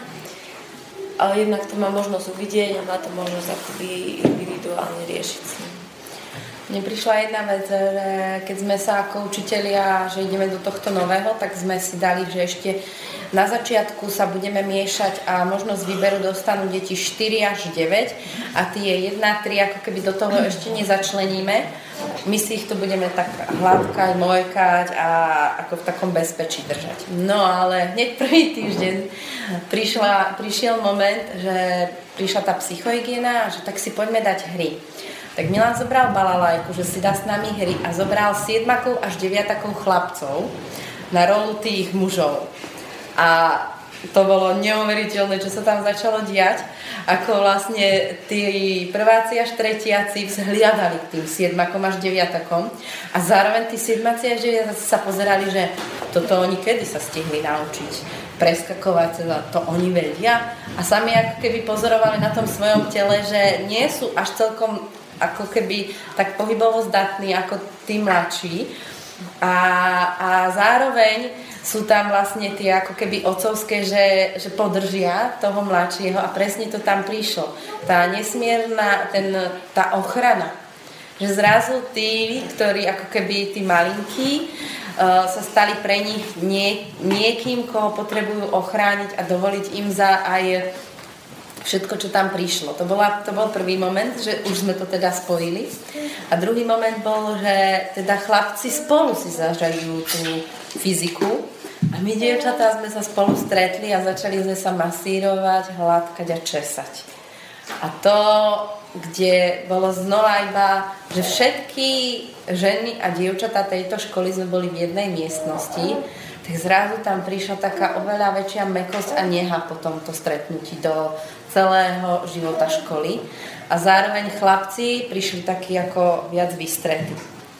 Ale jednak to má možnosť uvidieť a má to možnosť akoby individuálne riešiť s ním. Mne prišla jedna vec, že keď sme sa ako učitelia, že ideme do tohto nového, tak sme si dali, že ešte na začiatku sa budeme miešať a možnosť výberu dostanú deti štyri až deväť a tie jedna tri ako keby do toho ešte nezačleníme. My si ich tu budeme tak hladkať, mojkať a ako v takom bezpečí držať. No ale hneď prvý týždeň prišla, prišiel moment, že prišla tá psychohygiena, že tak si poďme dať hry. Tak Milan zobral balalajku, že si dá s nami hry a zobral siedmakov až deviatakov chlapcov na rolu tých mužov. A to bolo neuveriteľné, čo sa tam začalo diať, ako vlastne tí prváci až tretiaci vzhliadali k tým siedmakom až deviatakom a zároveň tí siedmaci až deviataci sa pozerali, že toto oni kedy sa stihli naučiť preskakovať, to oni vedia a sami ako keby pozorovali na tom svojom tele, že nie sú až celkom ako keby tak pohybovo zdatní ako tí mladší a, a zároveň sú tam vlastne tie ako keby otcovské, že, že podržia toho mladšieho a presne to tam prišlo. Tá nesmierna, ten, tá ochrana. Že zrazu tí, ktorí ako keby tí malinkí uh, sa stali pre nich nie, niekým, koho potrebujú ochrániť a dovoliť im za aj všetko, čo tam prišlo. To, bola, to bol prvý moment, že už sme to teda spojili. A druhý moment bol, že teda chlapci spolu si zažajú tú fyziku a my, dievčatá, sme sa spolu stretli a začali sme sa masírovať, hladkať a česať. A to, kde bolo znova iba, že všetky ženy a dievčatá tejto školy sme boli v jednej miestnosti, tak zrazu tam prišla taká oveľa väčšia mäkkosť a neha po tomto stretnutí do celého života školy. A zároveň chlapci prišli takí ako viac vystretí.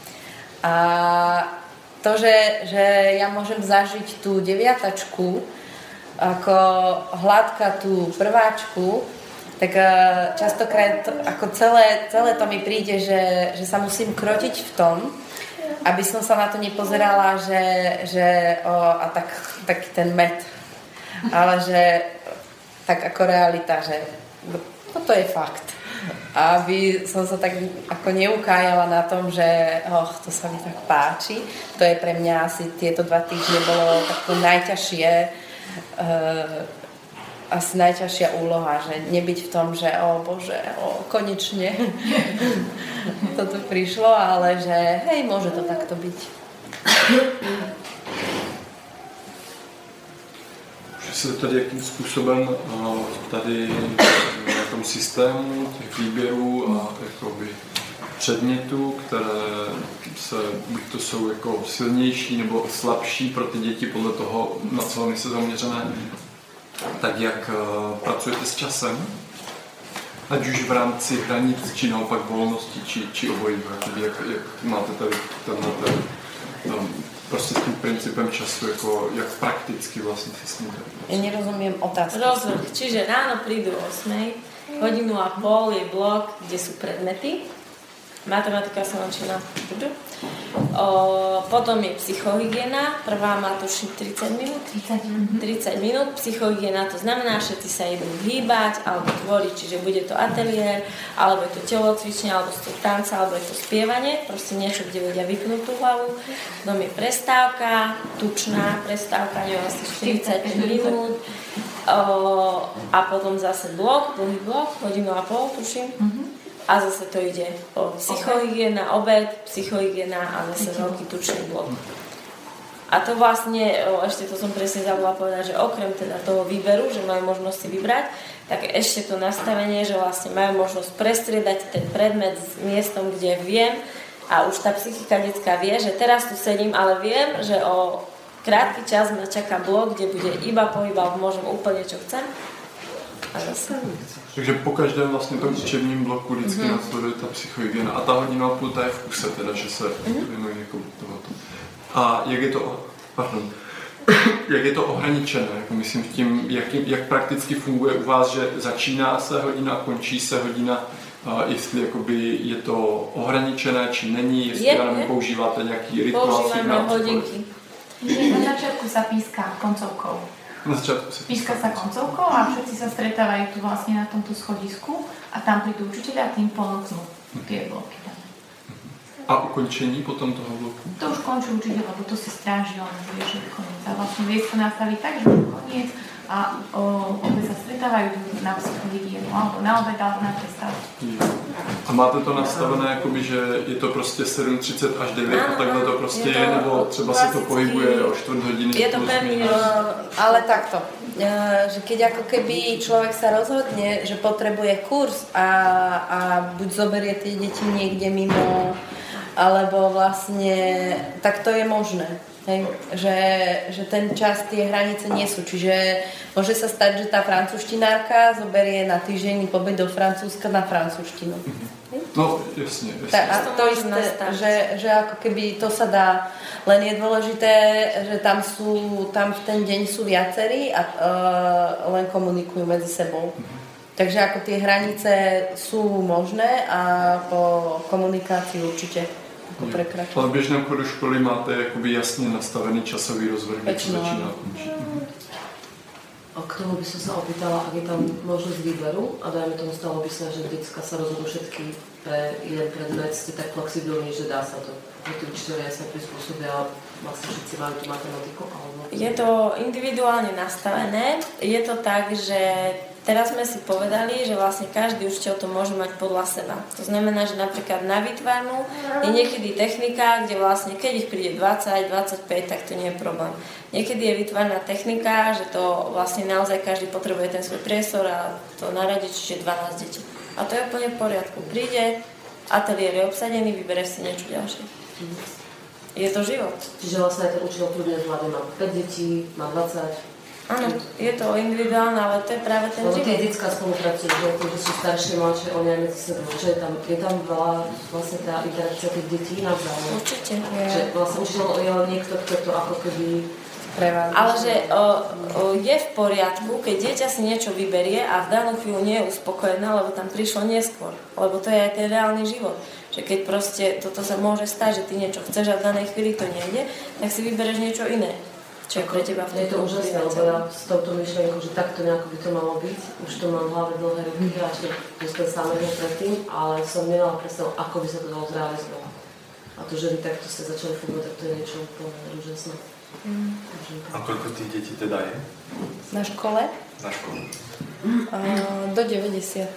A to, že, že ja môžem zažiť tú deviatačku ako hladka tú prváčku, tak častokrát ako celé, celé to mi príde, že, že sa musím krotiť v tom, aby som sa na to nepozerala, že, že o, a tak, taký ten med, ale že tak ako realita, že toto je fakt. A aby som sa tak ako neukájala na tom, že oh, to sa mi tak páči. To je pre mňa asi tieto dva týždne bolo takto najťažšie, uh, asi najťažšia úloha, že nebyť v tom, že o oh, Bože, oh, konečne toto prišlo, ale že hej, môže to takto byť. Že se tady jakým způsobem tady na tom systému těch výběrů a jakoby předmětů, které se, buď to jsou jako silnější nebo slabší pro ty děti podle toho, na co oni se zaměřené, tak jak pracujete s časem, ať už v rámci hranic, či naopak volnosti, či, či obojího, jak, jak máte tady tenhle ten, tam, prostě s tím principem času, jako jak prakticky vlastně si s ním. Ja nerozumiem otázky. Rozumiem. Čiže ráno prídu o ôsmej, hodinu a pol je blok, kde sú predmety. Matematika sa učí na o, potom je psychohygiena, prvá má tuším tridsať minút. tridsať minút. Psychohygiena, to znamená, že ty sa idú hýbať alebo tvoriť, čiže bude to ateliér, alebo je to telocvične, alebo je to tanca, alebo je to spievanie, proste niečo, kde vedia vypnúť tú hlavu. Potom je prestávka, tučná prestávka, neviem, asi štyridsať minút. O, a potom zase blok, dlhý blok, hodinu a pol, tuším. Mm-hmm. A zase to ide o psychohygiena, obed, psychohygiena a zase veľký tučný blok. A to vlastne, ešte to som presne zabudla povedať, že okrem teda toho výberu, že majú možnosť si vybrať, tak ešte to nastavenie, že vlastne majú možnosť prestriedať ten predmet s miestom, kde viem a už tá psychika detská vie, že teraz tu sedím, ale viem, že o krátky čas ma čaká blok, kde bude iba pohybal, môžem úplne čo chcem. A zase. Takže po každém vlastně tom učebním bloku vždycky mm-hmm. následuje ta psychohygiena a ta hodina a půl ta je v kuse teda, že se věnují mm-hmm. jako tohoto. A jak je to, pardon, jak je to ohraničené, jako myslím tím, jak, jak prakticky funguje u vás, že začíná se hodina a končí se hodina, a jestli jakoby je to ohraničené, či není, jestli je, já nevím, je. používáte nějaký rituál. Používame hodinky. Na začiatku sa píska koncovkou. Na začiatku sa píska sa koncovkou a všetci sa stretávajú tu vlastne na tomto schodisku a tam prídu učiteľi a tým ponúknú tie bloky. A ukončení potom toho bloku? To už končí učiteľ, lebo to si stráži on, vie, že je koniec. A vlastne vie sa nastaviť tak, že je koniec a o, obe sa stretávajú na psychohygienu alebo na obed alebo na prestávku. A máte to nastavené, jakoby, že je to prostě sedm třicet až devět a takhle to prostě je, to je nebo třeba se to pohybuje o čtvrt hodiny? Je to pevný, ale takto, že keď ako keby človek sa rozhodne, že potrebuje kurz a, a buď zoberie tie deti niekde mimo, alebo vlastne, tak to je možné. Hej, že, že ten čas, tie hranice nie sú. Čiže môže sa stať, že tá francúzštinárka zoberie na týždeň pobyt do Francúzska na francúzštinu. Mm-hmm. No, jasne. jasne. Ta, a to isté, že, že ako keby to sa dá, len je dôležité, že tam sú, tam v ten deň sú viacerí a uh, len komunikujú medzi sebou. Mm-hmm. Takže ako tie hranice sú možné a po komunikácii určite prekračujú. Ale v běžném chodu školy máte jakoby jasně nastavený časový rozvrh, kde to začíná a končí. Mm-hmm. A k tomu by som sa opýtala, ak je tam možnosť výberu a dajme tomu stalo by sa, že decka sa rozhodnú všetky pre jeden predmet, ste tak flexibilní, že dá sa to. Že tí učiteľia sa prispôsobia, vlastne všetci majú tú matematiku? Alebo... Je to individuálne nastavené. Je to tak, že teraz sme si povedali, že vlastne každý učiteľ to môže mať podľa seba. To znamená, že napríklad na výtvarnú je niekedy technika, kde vlastne keď ich príde dvadsať, dvadsaťpäť, tak to nie je problém. Niekedy je výtvarná technika, že to vlastne naozaj každý potrebuje ten svoj priestor a to naradiť, čiže dvanásť detí. A to je úplne v poriadku. Príde, ateliér je obsadený, vyberie si niečo ďalšie. Je to život. Čiže vlastne aj ten učiteľ kľudne zvládne, má päť detí, má dvadsať. Áno, je to individuálne, ale to je práve ten život. Lebo tie detská spolupracujú, že to, že sú staršie, mladšie, oni aj medzi sebou. Že je tam, je tam veľa vlastne tá interakcia tých detí navzájom. Určite. Že vlastne učiteľ je len niekto, kto to ako keby Prevádza. Ale že o, o, je v poriadku, keď dieťa si niečo vyberie a v danú chvíľu nie je uspokojené, lebo tam prišlo neskôr. Lebo to je aj ten reálny život. Že keď proste toto sa môže stať, že ty niečo chceš a v danej chvíli to nejde, tak si vybereš niečo iné. Čo je pre teba v Je to úžasné, lebo ja s touto myšlienkou, že takto nejako by to malo byť, už to mám v hlave dlhé roky, až to sme samozrejme predtým, ale som nemala predstavu, ako by sa to dalo zrealizovať. A to, že by takto ste začali fungovať, tak to je niečo úplne úžasné. Mm. A koľko tých detí teda je? Na škole? Na škole. Uh, do deväťdesiat.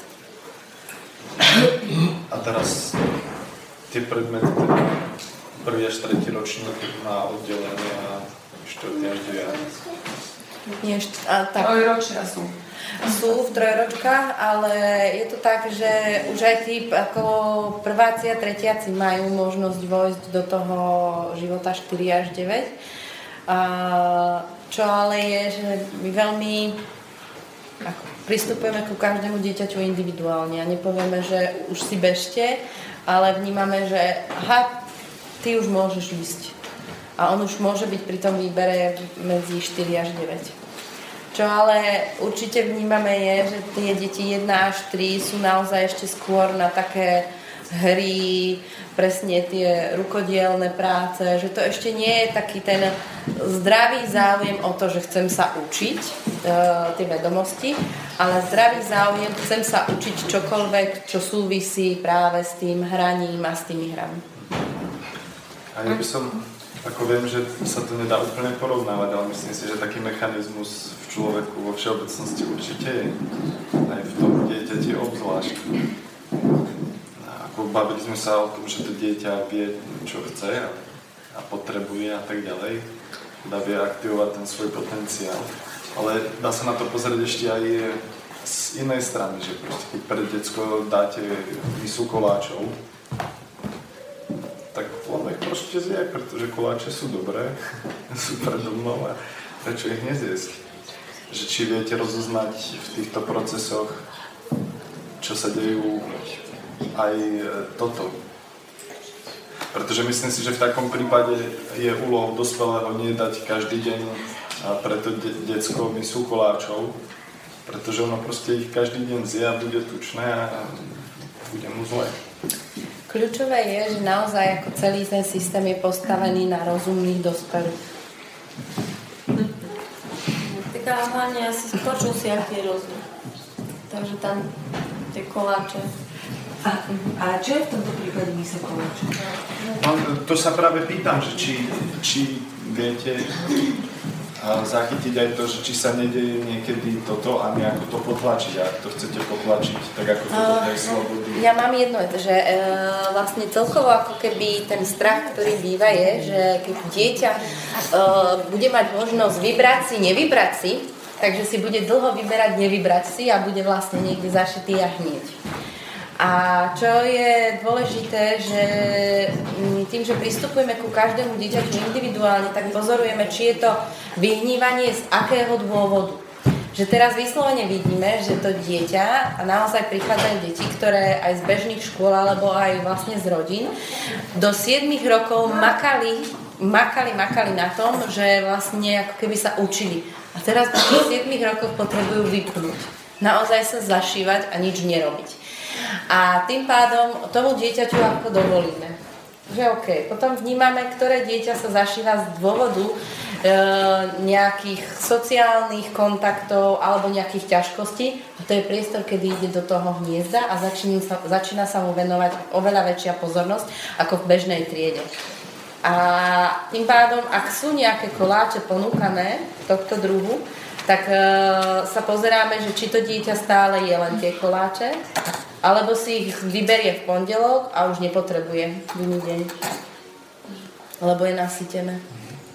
A teraz tie predmety, teda prvý až tretí ročník na oddelenie a štvrtý až deviaty. Nie, št- a, tak. Trojročia sú. Sú v trojročkách, ale je to tak, že už aj tí ako prváci a tretiaci majú možnosť vojsť do toho života štyri až deväť. A čo ale je, že my veľmi ako, pristupujeme ku každému dieťaťu individuálne a nepovieme, že už si bežte, ale vnímame, že aha, ty už môžeš ísť. A on už môže byť pri tom výbere medzi štyri až deväť. Čo ale určite vnímame je, že tie deti jedna až tri sú naozaj ešte skôr na také hry, presne tie rukodielne práce, že to ešte nie je taký ten zdravý záujem o to, že chcem sa učiť e, tie vedomosti, ale zdravý záujem, chcem sa učiť čokoľvek, čo súvisí práve s tým hraním a s tými hrami. A ja by som, ako viem, že sa to nedá úplne porovnávať, ale myslím si, že taký mechanizmus v človeku vo všeobecnosti určite je. Aj v tom dieťati obzvlášť. Ako bavili sme sa o tom, že to dieťa vie, čo chce a, a potrebuje a tak ďalej. Dá vie aktivovať ten svoj potenciál. Ale dá sa na to pozrieť ešte aj z inej strany, že proste keď pre decko dáte misu koláčov, tak človek proste zje, pretože koláče sú dobré, sú predo mnou a prečo ich nezjesť? Že či viete rozoznať v týchto procesoch, čo sa dejú aj toto. Pretože myslím si, že v takom prípade je úlohou dospelého nie dať každý deň pre to de- decko misu koláčov, pretože ono proste ich každý deň zje a bude tučné a bude mu zle. Kľúčové je, že naozaj ako celý ten systém je postavený na rozumných dospelých. Tak ale hlavne asi spočul si, aký je rozum. Takže tam tie koláče. A, a čo je v tomto prípade misa koláča? No, to sa práve pýtam, že či, či viete a zachytiť aj to, že či sa nedeje niekedy toto a nejako to potlačiť. Ak to chcete potlačiť, tak ako to uh, aj slobody. Ja mám jedno, že e, vlastne celkovo ako keby ten strach, ktorý býva je, že keď dieťa e, bude mať možnosť vybrať si, nevybrať si, takže si bude dlho vyberať, nevybrať si a bude vlastne niekde zašitý a hnieď. A čo je dôležité, že tým, že pristupujeme ku každému dieťaťu individuálne, tak pozorujeme, či je to vyhnívanie z akého dôvodu. Že teraz vyslovene vidíme, že to dieťa, a naozaj prichádzajú deti, ktoré aj z bežných škôl, alebo aj vlastne z rodín, do siedmich rokov makali, makali, makali na tom, že vlastne ako keby sa učili. A teraz po tých siedmich rokoch potrebujú vypnúť. Naozaj sa zašívať a nič nerobiť. A tým pádom tomu dieťaťu ako dovolíme. Že OK, potom vnímame, ktoré dieťa sa zašíva z dôvodu e, nejakých sociálnych kontaktov alebo nejakých ťažkostí. A to je priestor, kedy ide do toho hniezda a začína sa, začína sa mu venovať oveľa väčšia pozornosť ako v bežnej triede. A tým pádom, ak sú nejaké koláče ponúkané tohto druhu, tak e, sa pozeráme, že či to dieťa stále je len tie koláče, alebo si ich vyberie v pondelok a už nepotrebuje v iný deň, lebo je nasytené.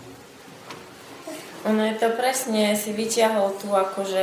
Ono je to presne, si vyťahol tu akože,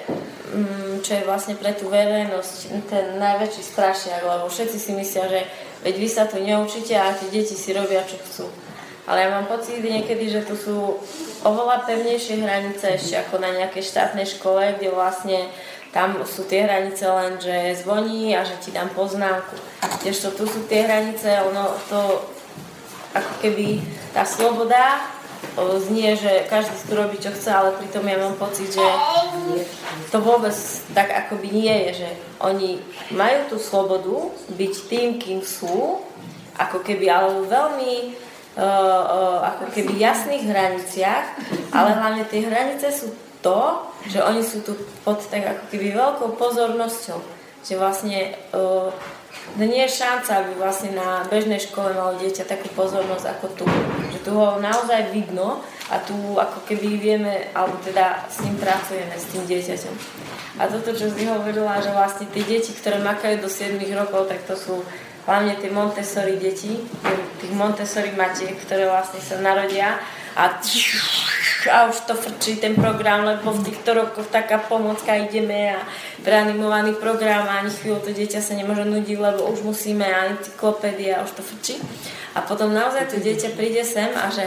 čo je vlastne pre tú verejnosť ten najväčší strašiak, lebo všetci si myslia, že veď vy sa tu neučíte a tie deti si robia, čo chcú. Ale ja mám pocit niekedy, že tu sú oveľa pevnejšie hranice ešte ako na nejakej štátnej škole, kde vlastne tam sú tie hranice len, že zvoní a že ti dám poznámku. Kdežto tu sú tie hranice, ono to ako keby tá sloboda o, znie, že každý si tu robí, čo chce, ale pritom ja mám pocit, že to vôbec tak akoby nie je, že oni majú tú slobodu byť tým, kým sú, ako keby, ale v veľmi uh, uh, ako keby jasných hraniciach, ale hlavne tie hranice sú to, že oni sú tu pod tak ako keby veľkou pozornosťou, že vlastne uh, nie je šanca, aby vlastne na bežnej škole malo dieťa takú pozornosť ako tu, že tu ho naozaj vidno a tu ako keby vieme, alebo teda s ním pracujeme, s tým dieťaťom. A toto, čo si hovorila, že vlastne tie deti, ktoré makajú do siedmich rokov, tak to sú hlavne tie Montessori deti, tých Montessori matiek, ktoré vlastne sa narodia a, a už to frčí ten program, lebo v týchto rokoch taká pomocka ideme a preanimovaný program a ani chvíľu to dieťa sa nemôže nudiť, lebo už musíme a encyklopédia a už to frčí. A potom naozaj to dieťa príde sem a že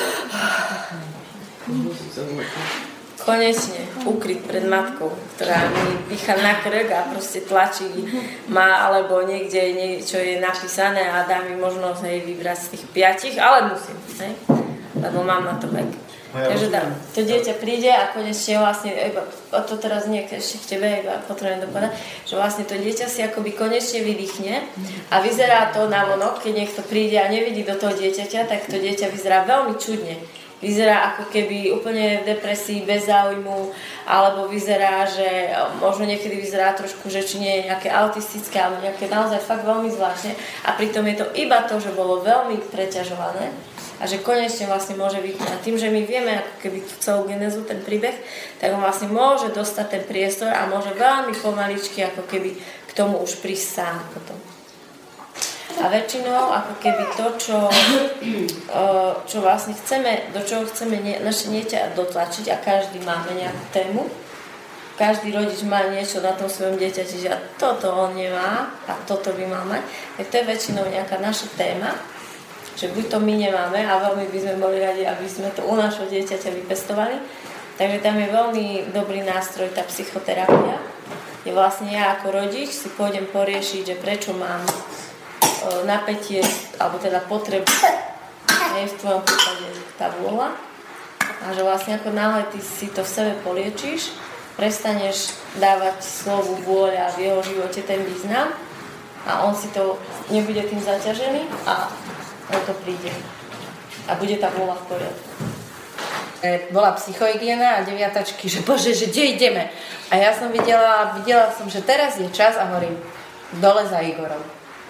konečne ukryť pred matkou, ktorá mi pícha na krk a proste tlačí ma, alebo niekde niečo je napísané a dá mi možnosť hej, vybrať z tých piatich, ale musím, hej, lebo mám na to vek. No ja Takže dá, to dieťa príde a konečne vlastne, iba, a to teraz nie ešte k tebe, iba potrebujem dopadať, že vlastne to dieťa si akoby konečne vydýchne a vyzerá to navonok, keď niekto príde a nevidí do toho dieťaťa, tak to dieťa vyzerá veľmi čudne. Vyzerá ako keby úplne v depresii, bez záujmu, alebo vyzerá, že možno niekedy vyzerá trošku, že či nie je nejaké autistické, alebo nejaké naozaj fakt veľmi zvláštne. A pritom je to iba to, že bolo veľmi preťažované a že konečne vlastne môže byť. A tým, že my vieme ako keby tú celú genézu, ten príbeh, tak on vlastne môže dostať ten priestor a môže veľmi pomaličky ako keby k tomu už prísť sám potom. A väčšinou ako keby to, čo, čo vlastne chceme, do čoho chceme naše dieťa dotlačiť a každý máme nejakú tému, každý rodič má niečo na tom svojom dieťati, že toto on nemá a toto by mal mať, tak to je väčšinou nejaká naša téma, že buď to my nemáme a veľmi by sme boli radi, aby sme to u našho dieťaťa vypestovali, takže tam je veľmi dobrý nástroj tá psychoterapia, kde vlastne ja ako rodič si pôjdem poriešiť, že prečo mám napätie, alebo teda potrebu, nie v tvojom prípade tá vôľa, a že vlastne ako náhle ty si to v sebe poliečíš, prestaneš dávať slovu vôľa v jeho živote ten význam a on si to nebude tým zaťažený a on to príde a bude tá vôľa v poriadku. Bola psychohygiena a deviatačky, že bože, že kde ideme? A ja som videla, videla som, že teraz je čas a hovorím, dole za Igorom.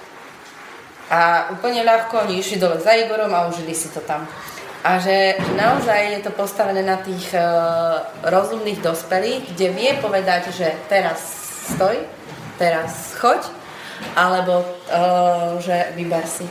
A úplne ľahko oni išli dole za Igorom a užili si to tam. A že, že naozaj je to postavené na tých uh, rozumných dospelých, kde vie povedať, že teraz stoj, teraz choď, alebo uh, že vyber si.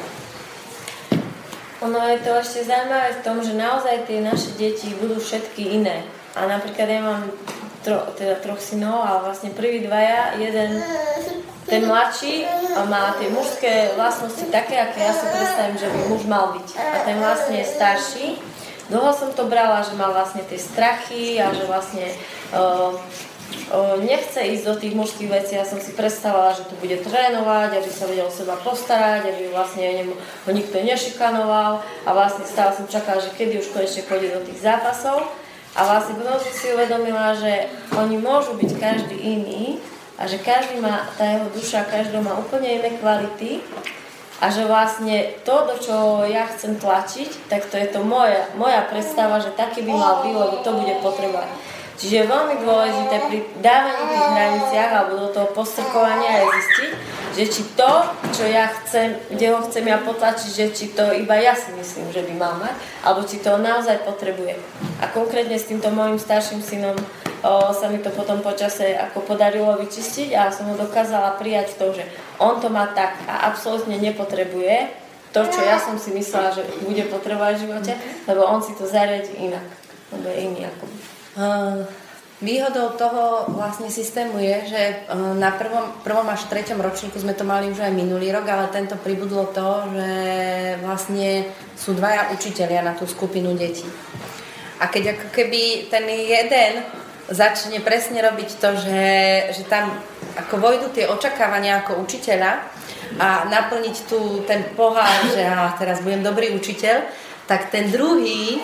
Ono je to ešte zaujímavé v tom, že naozaj tie naše deti budú všetky iné. A napríklad ja mám tro, teda troch synov, ale vlastne prvý dvaja, jeden... Ten mladší má tie mužské vlastnosti také, aké ja si predstavím, že by muž mal byť. A ten vlastne je starší. Dlho som to brala, že mal vlastne tie strachy a že vlastne uh, uh, nechce ísť do tých mužských vecí. Ja som si predstavovala, že tu bude trénovať, aby sa vedel o seba postarať, aby vlastne ho nikto nešikanoval. A vlastne stále som čakala, že kedy už konečne pôjde do tých zápasov. A vlastne potom som si uvedomila, že oni môžu byť každý iný, a že každý má, tá jeho duša, každý má úplne iné kvality a že vlastne to, do čoho ja chcem tlačiť, tak to je to moja, moja predstava, že taký by mal byť, lebo to bude potrebovať. Čiže je veľmi dôležité pri dávaní tých hraniciach alebo do toho postrkovania je zistiť, že či to, čo ja chcem, kde ho chcem ja potlačiť, že či to iba ja si myslím, že by mal mať, alebo či to naozaj potrebuje. A konkrétne s týmto môjim starším synom O, sa mi to potom počase ako podarilo vyčistiť a som ho dokázala prijať v tom, že on to má tak a absolútne nepotrebuje to, čo ja som si myslela, že bude potrebovať v živote, lebo on si to zariadi inak, lebo je iný ako. Uh, výhodou toho vlastne systému je, že uh, na prvom, prvom až treťom ročníku sme to mali už aj minulý rok, ale tento pribudlo to, že vlastne sú dvaja učitelia na tú skupinu detí. A keď ako keby ten jeden začne presne robiť to, že, že tam ako vojdu tie očakávania ako učiteľa a naplniť tu ten pohár, že á, teraz budem dobrý učiteľ, tak ten druhý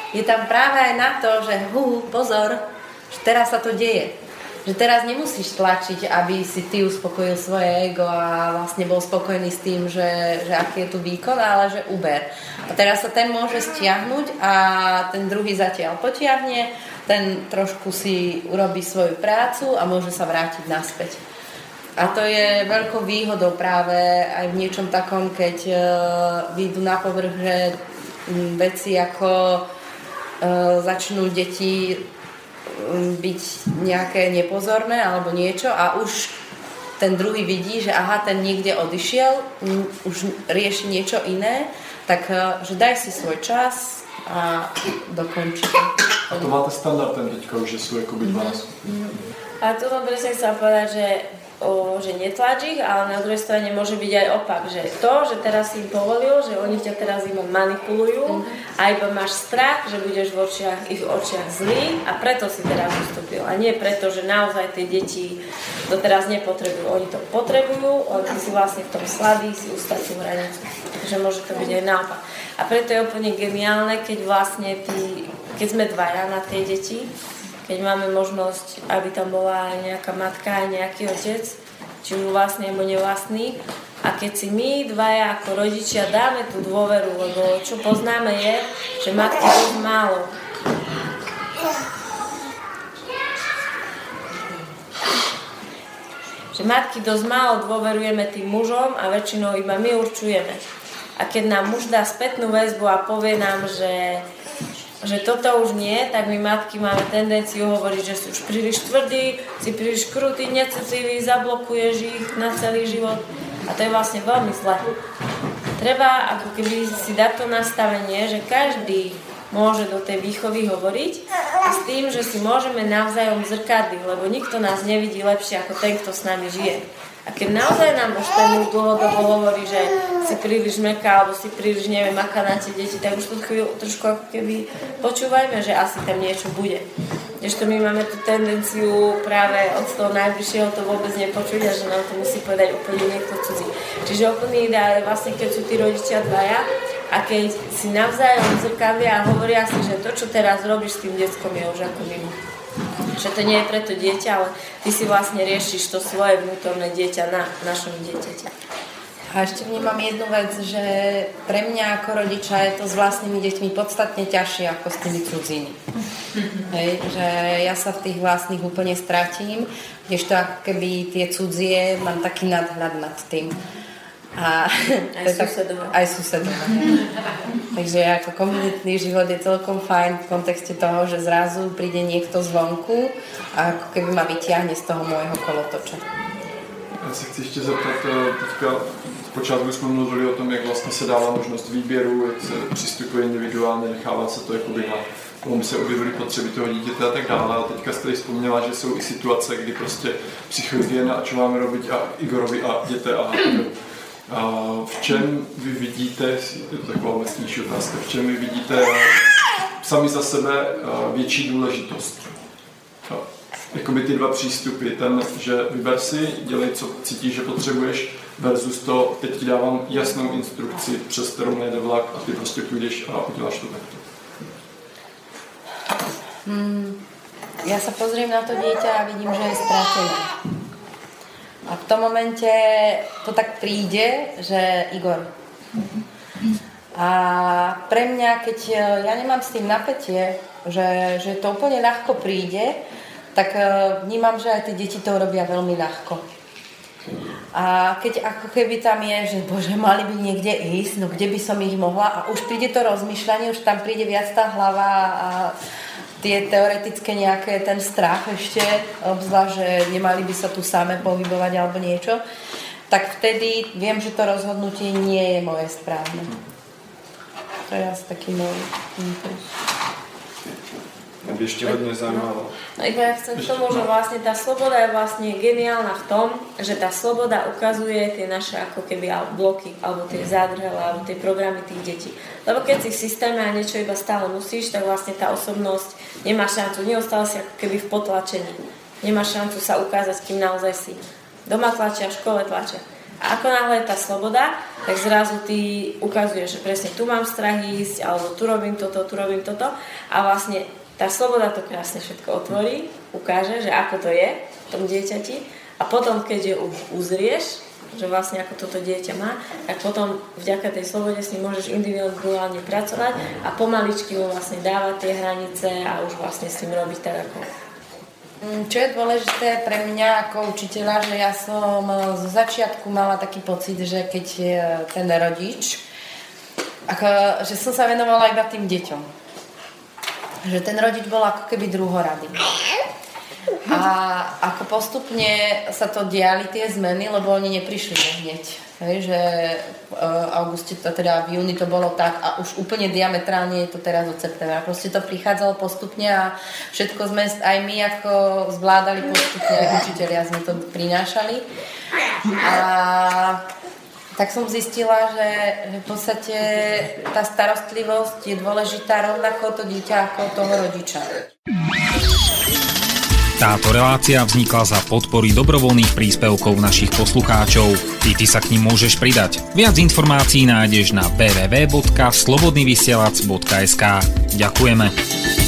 je tam práve aj na to, že hú, pozor, že teraz sa to deje. Že teraz nemusíš tlačiť, aby si ty uspokojil svoje ego a vlastne bol spokojný s tým, že, že aký je tu výkon, ale že uber. A teraz sa ten môže stiahnuť a ten druhý zatiaľ potiahne, ten trošku si urobí svoju prácu a môže sa vrátiť naspäť. A to je veľkou výhodou práve aj v niečom takom, keď uh, vyjdú na povrch, že um, veci ako uh, začnú deti byť nejaké nepozorné alebo niečo a už ten druhý vidí, že aha, ten niekde odišiel, už rieši niečo iné, tak že daj si svoj čas a dokončí to. A to máte standardem teďka už, že sú akoby dvanásť. Mm. A to som presne chcela povedať, že O, že netlač ich, ale na druhej strane môže byť aj opak, že to, že teraz si im povolil, že oni ťa teraz im manipulujú mm-hmm. a iba máš strach, že budeš v očiach, ich očiach zlý a preto si teraz ustúpil. A nie preto, že naozaj tie deti to teraz nepotrebujú. Oni to potrebujú, ale ty si vlastne v tom slabý, si ustať tú hranicu. Takže môže to byť aj naopak. A preto je úplne geniálne, keď vlastne tí, keď sme dvaja na tie deti, keď máme možnosť, aby tam bola nejaká matka a nejaký otec, či už vlastný alebo nevlastný. A keď si my dvaja ako rodičia dáme tú dôveru, lebo čo poznáme je, že matky dosť málo. Že matky dosť málo dôverujeme tým mužom a väčšinou iba my určujeme. A keď nám muž dá spätnú väzbu a povie nám, že že toto už nie, tak my matky máme tendenciu hovoriť, že sú už príliš tvrdí, si príliš krutý, necitlivý, zablokuješ ich na celý život. A to je vlastne veľmi zlé. Treba ako keby si dať to nastavenie, že každý môže do tej výchovy hovoriť a s tým, že si môžeme navzájom zrkadliť, lebo nikto nás nevidí lepšie ako ten, kto s nami žije. A keď naozaj nám už ten muž dlhodobo hovorí, že si príliš mäkká alebo si príliš neviem aká na tie deti, tak už to chvíľu trošku ako keby počúvajme, že asi tam niečo bude. Ešte my máme tú tendenciu práve od toho najbližšieho to vôbec nepočuť a že nám to musí povedať úplne niekto cudzí. Čiže úplný ideál je vlastne, keď sú tí rodičia dvaja a keď si navzájom zrkadlia a hovoria si, že to, čo teraz robíš s tým deckom je už ako mimo. Že to nie je pre to dieťa, ale ty si vlastne riešiš to svoje vnútorné dieťa na našom dieťati. A ešte vnímam jednu vec, že pre mňa ako rodiča je to s vlastnými deťmi podstatne ťažšie ako s tými cudzími. Hej, že ja sa v tých vlastných úplne stratím, kdežto ako keby tie cudzie mám taký nadhľad nad tým. A aj susedová. Aj susedová. Takže ako komunitný život je celkom fajn v kontexte toho, že zrazu príde niekto zvonku a ako keby ma vyťahne z toho môjho kolotoča. Já se chci ještě zeptat, teďka v počátku jsme mluvili o tom, jak vlastně se dává možnost výběru, jak se přistupuje individuálně, nechává se to jakoby na tom se objevily potřeby toho dítěte a tak dále. A teďka jste vzpomněla, že jsou i situace, kdy prostě psychohygiena a čo máme robiť a Igorovi a děte a A v čem vy vidíte, je to taková obecnější otázka, v čem vy vidíte sami za sebe větší důležitost? Jakoby ty dva přístupy, ten, že vyber si, dělej, co cítíš, že potřebuješ, versus to, teď ti dávám jasnou instrukci, přes kterou nejde vlak a ty prostě půjdeš a uděláš to takto. Hmm, ja sa pozriem na to dieťa a vidím, že je stratené. A v tom momente to tak príde, že Igor. A pre mňa, keď ja nemám s tým napätie, že, že to úplne ľahko príde, tak vnímam, že aj tie deti to robia veľmi ľahko. A keď ako keby tam je, že bože, mali by niekde ísť, no kde by som ich mohla, a už príde to rozmýšľanie, už tam príde viac tá hlava a tie teoretické nejaké, ten strach ešte, obzvlášť, že nemali by sa tu same pohybovať alebo niečo, tak vtedy viem, že to rozhodnutie nie je moje správne. To je asi taký môj impuls. Mňa by ešte hodne zaujímalo. No iba ja chcem k tomu, že vlastne tá sloboda je vlastne geniálna v tom, že tá sloboda ukazuje tie naše ako keby bloky, alebo tie zádrhele, alebo tie programy tých detí. Lebo keď si v systéme a niečo iba stále musíš, tak vlastne tá osobnosť nemá šancu, neostále si ako keby v potlačení. Nemá šancu sa ukázať, kým naozaj si. Doma tlačia, v škole tlačia. A ako náhle je tá sloboda, tak zrazu ty ukazuješ, že presne tu mám strach ísť, alebo tu robím toto, tu robím toto. A vlastne tá sloboda to krásne všetko otvorí, ukáže, že ako to je v tom dieťati. A potom, keďže už uzrieš, že vlastne ako toto dieťa má, tak potom vďaka tej slobode s ním môžeš individuálne pracovať a pomaličky mu vlastne dávať tie hranice a už vlastne s ním robiť tak ako... Čo je dôležité pre mňa ako učiteľa, že ja som zo začiatku mala taký pocit, že keď ten rodič, ako, že som sa venovala iba tým deťom. Že ten rodič bol ako keby druhoradý. A ako postupne sa to diali tie zmeny, lebo oni neprišli hneď. Hej, že v auguste, teda v júni to bolo tak a už úplne diametrálne je to teraz od septembra. Proste to prichádzalo postupne a všetko sme aj my ako zvládali postupne, aj učitelia sme to prinášali. A tak som zistila, že, že v podstate tá starostlivosť je dôležitá rovnako to dieťa ako toho rodiča. Táto relácia vznikla za podpory dobrovoľných príspevkov našich poslucháčov. Ty, ty sa k nim môžeš pridať. Viac informácií nájdeš na w w w bodka slobodnyvysielac bodka es ka. Ďakujeme.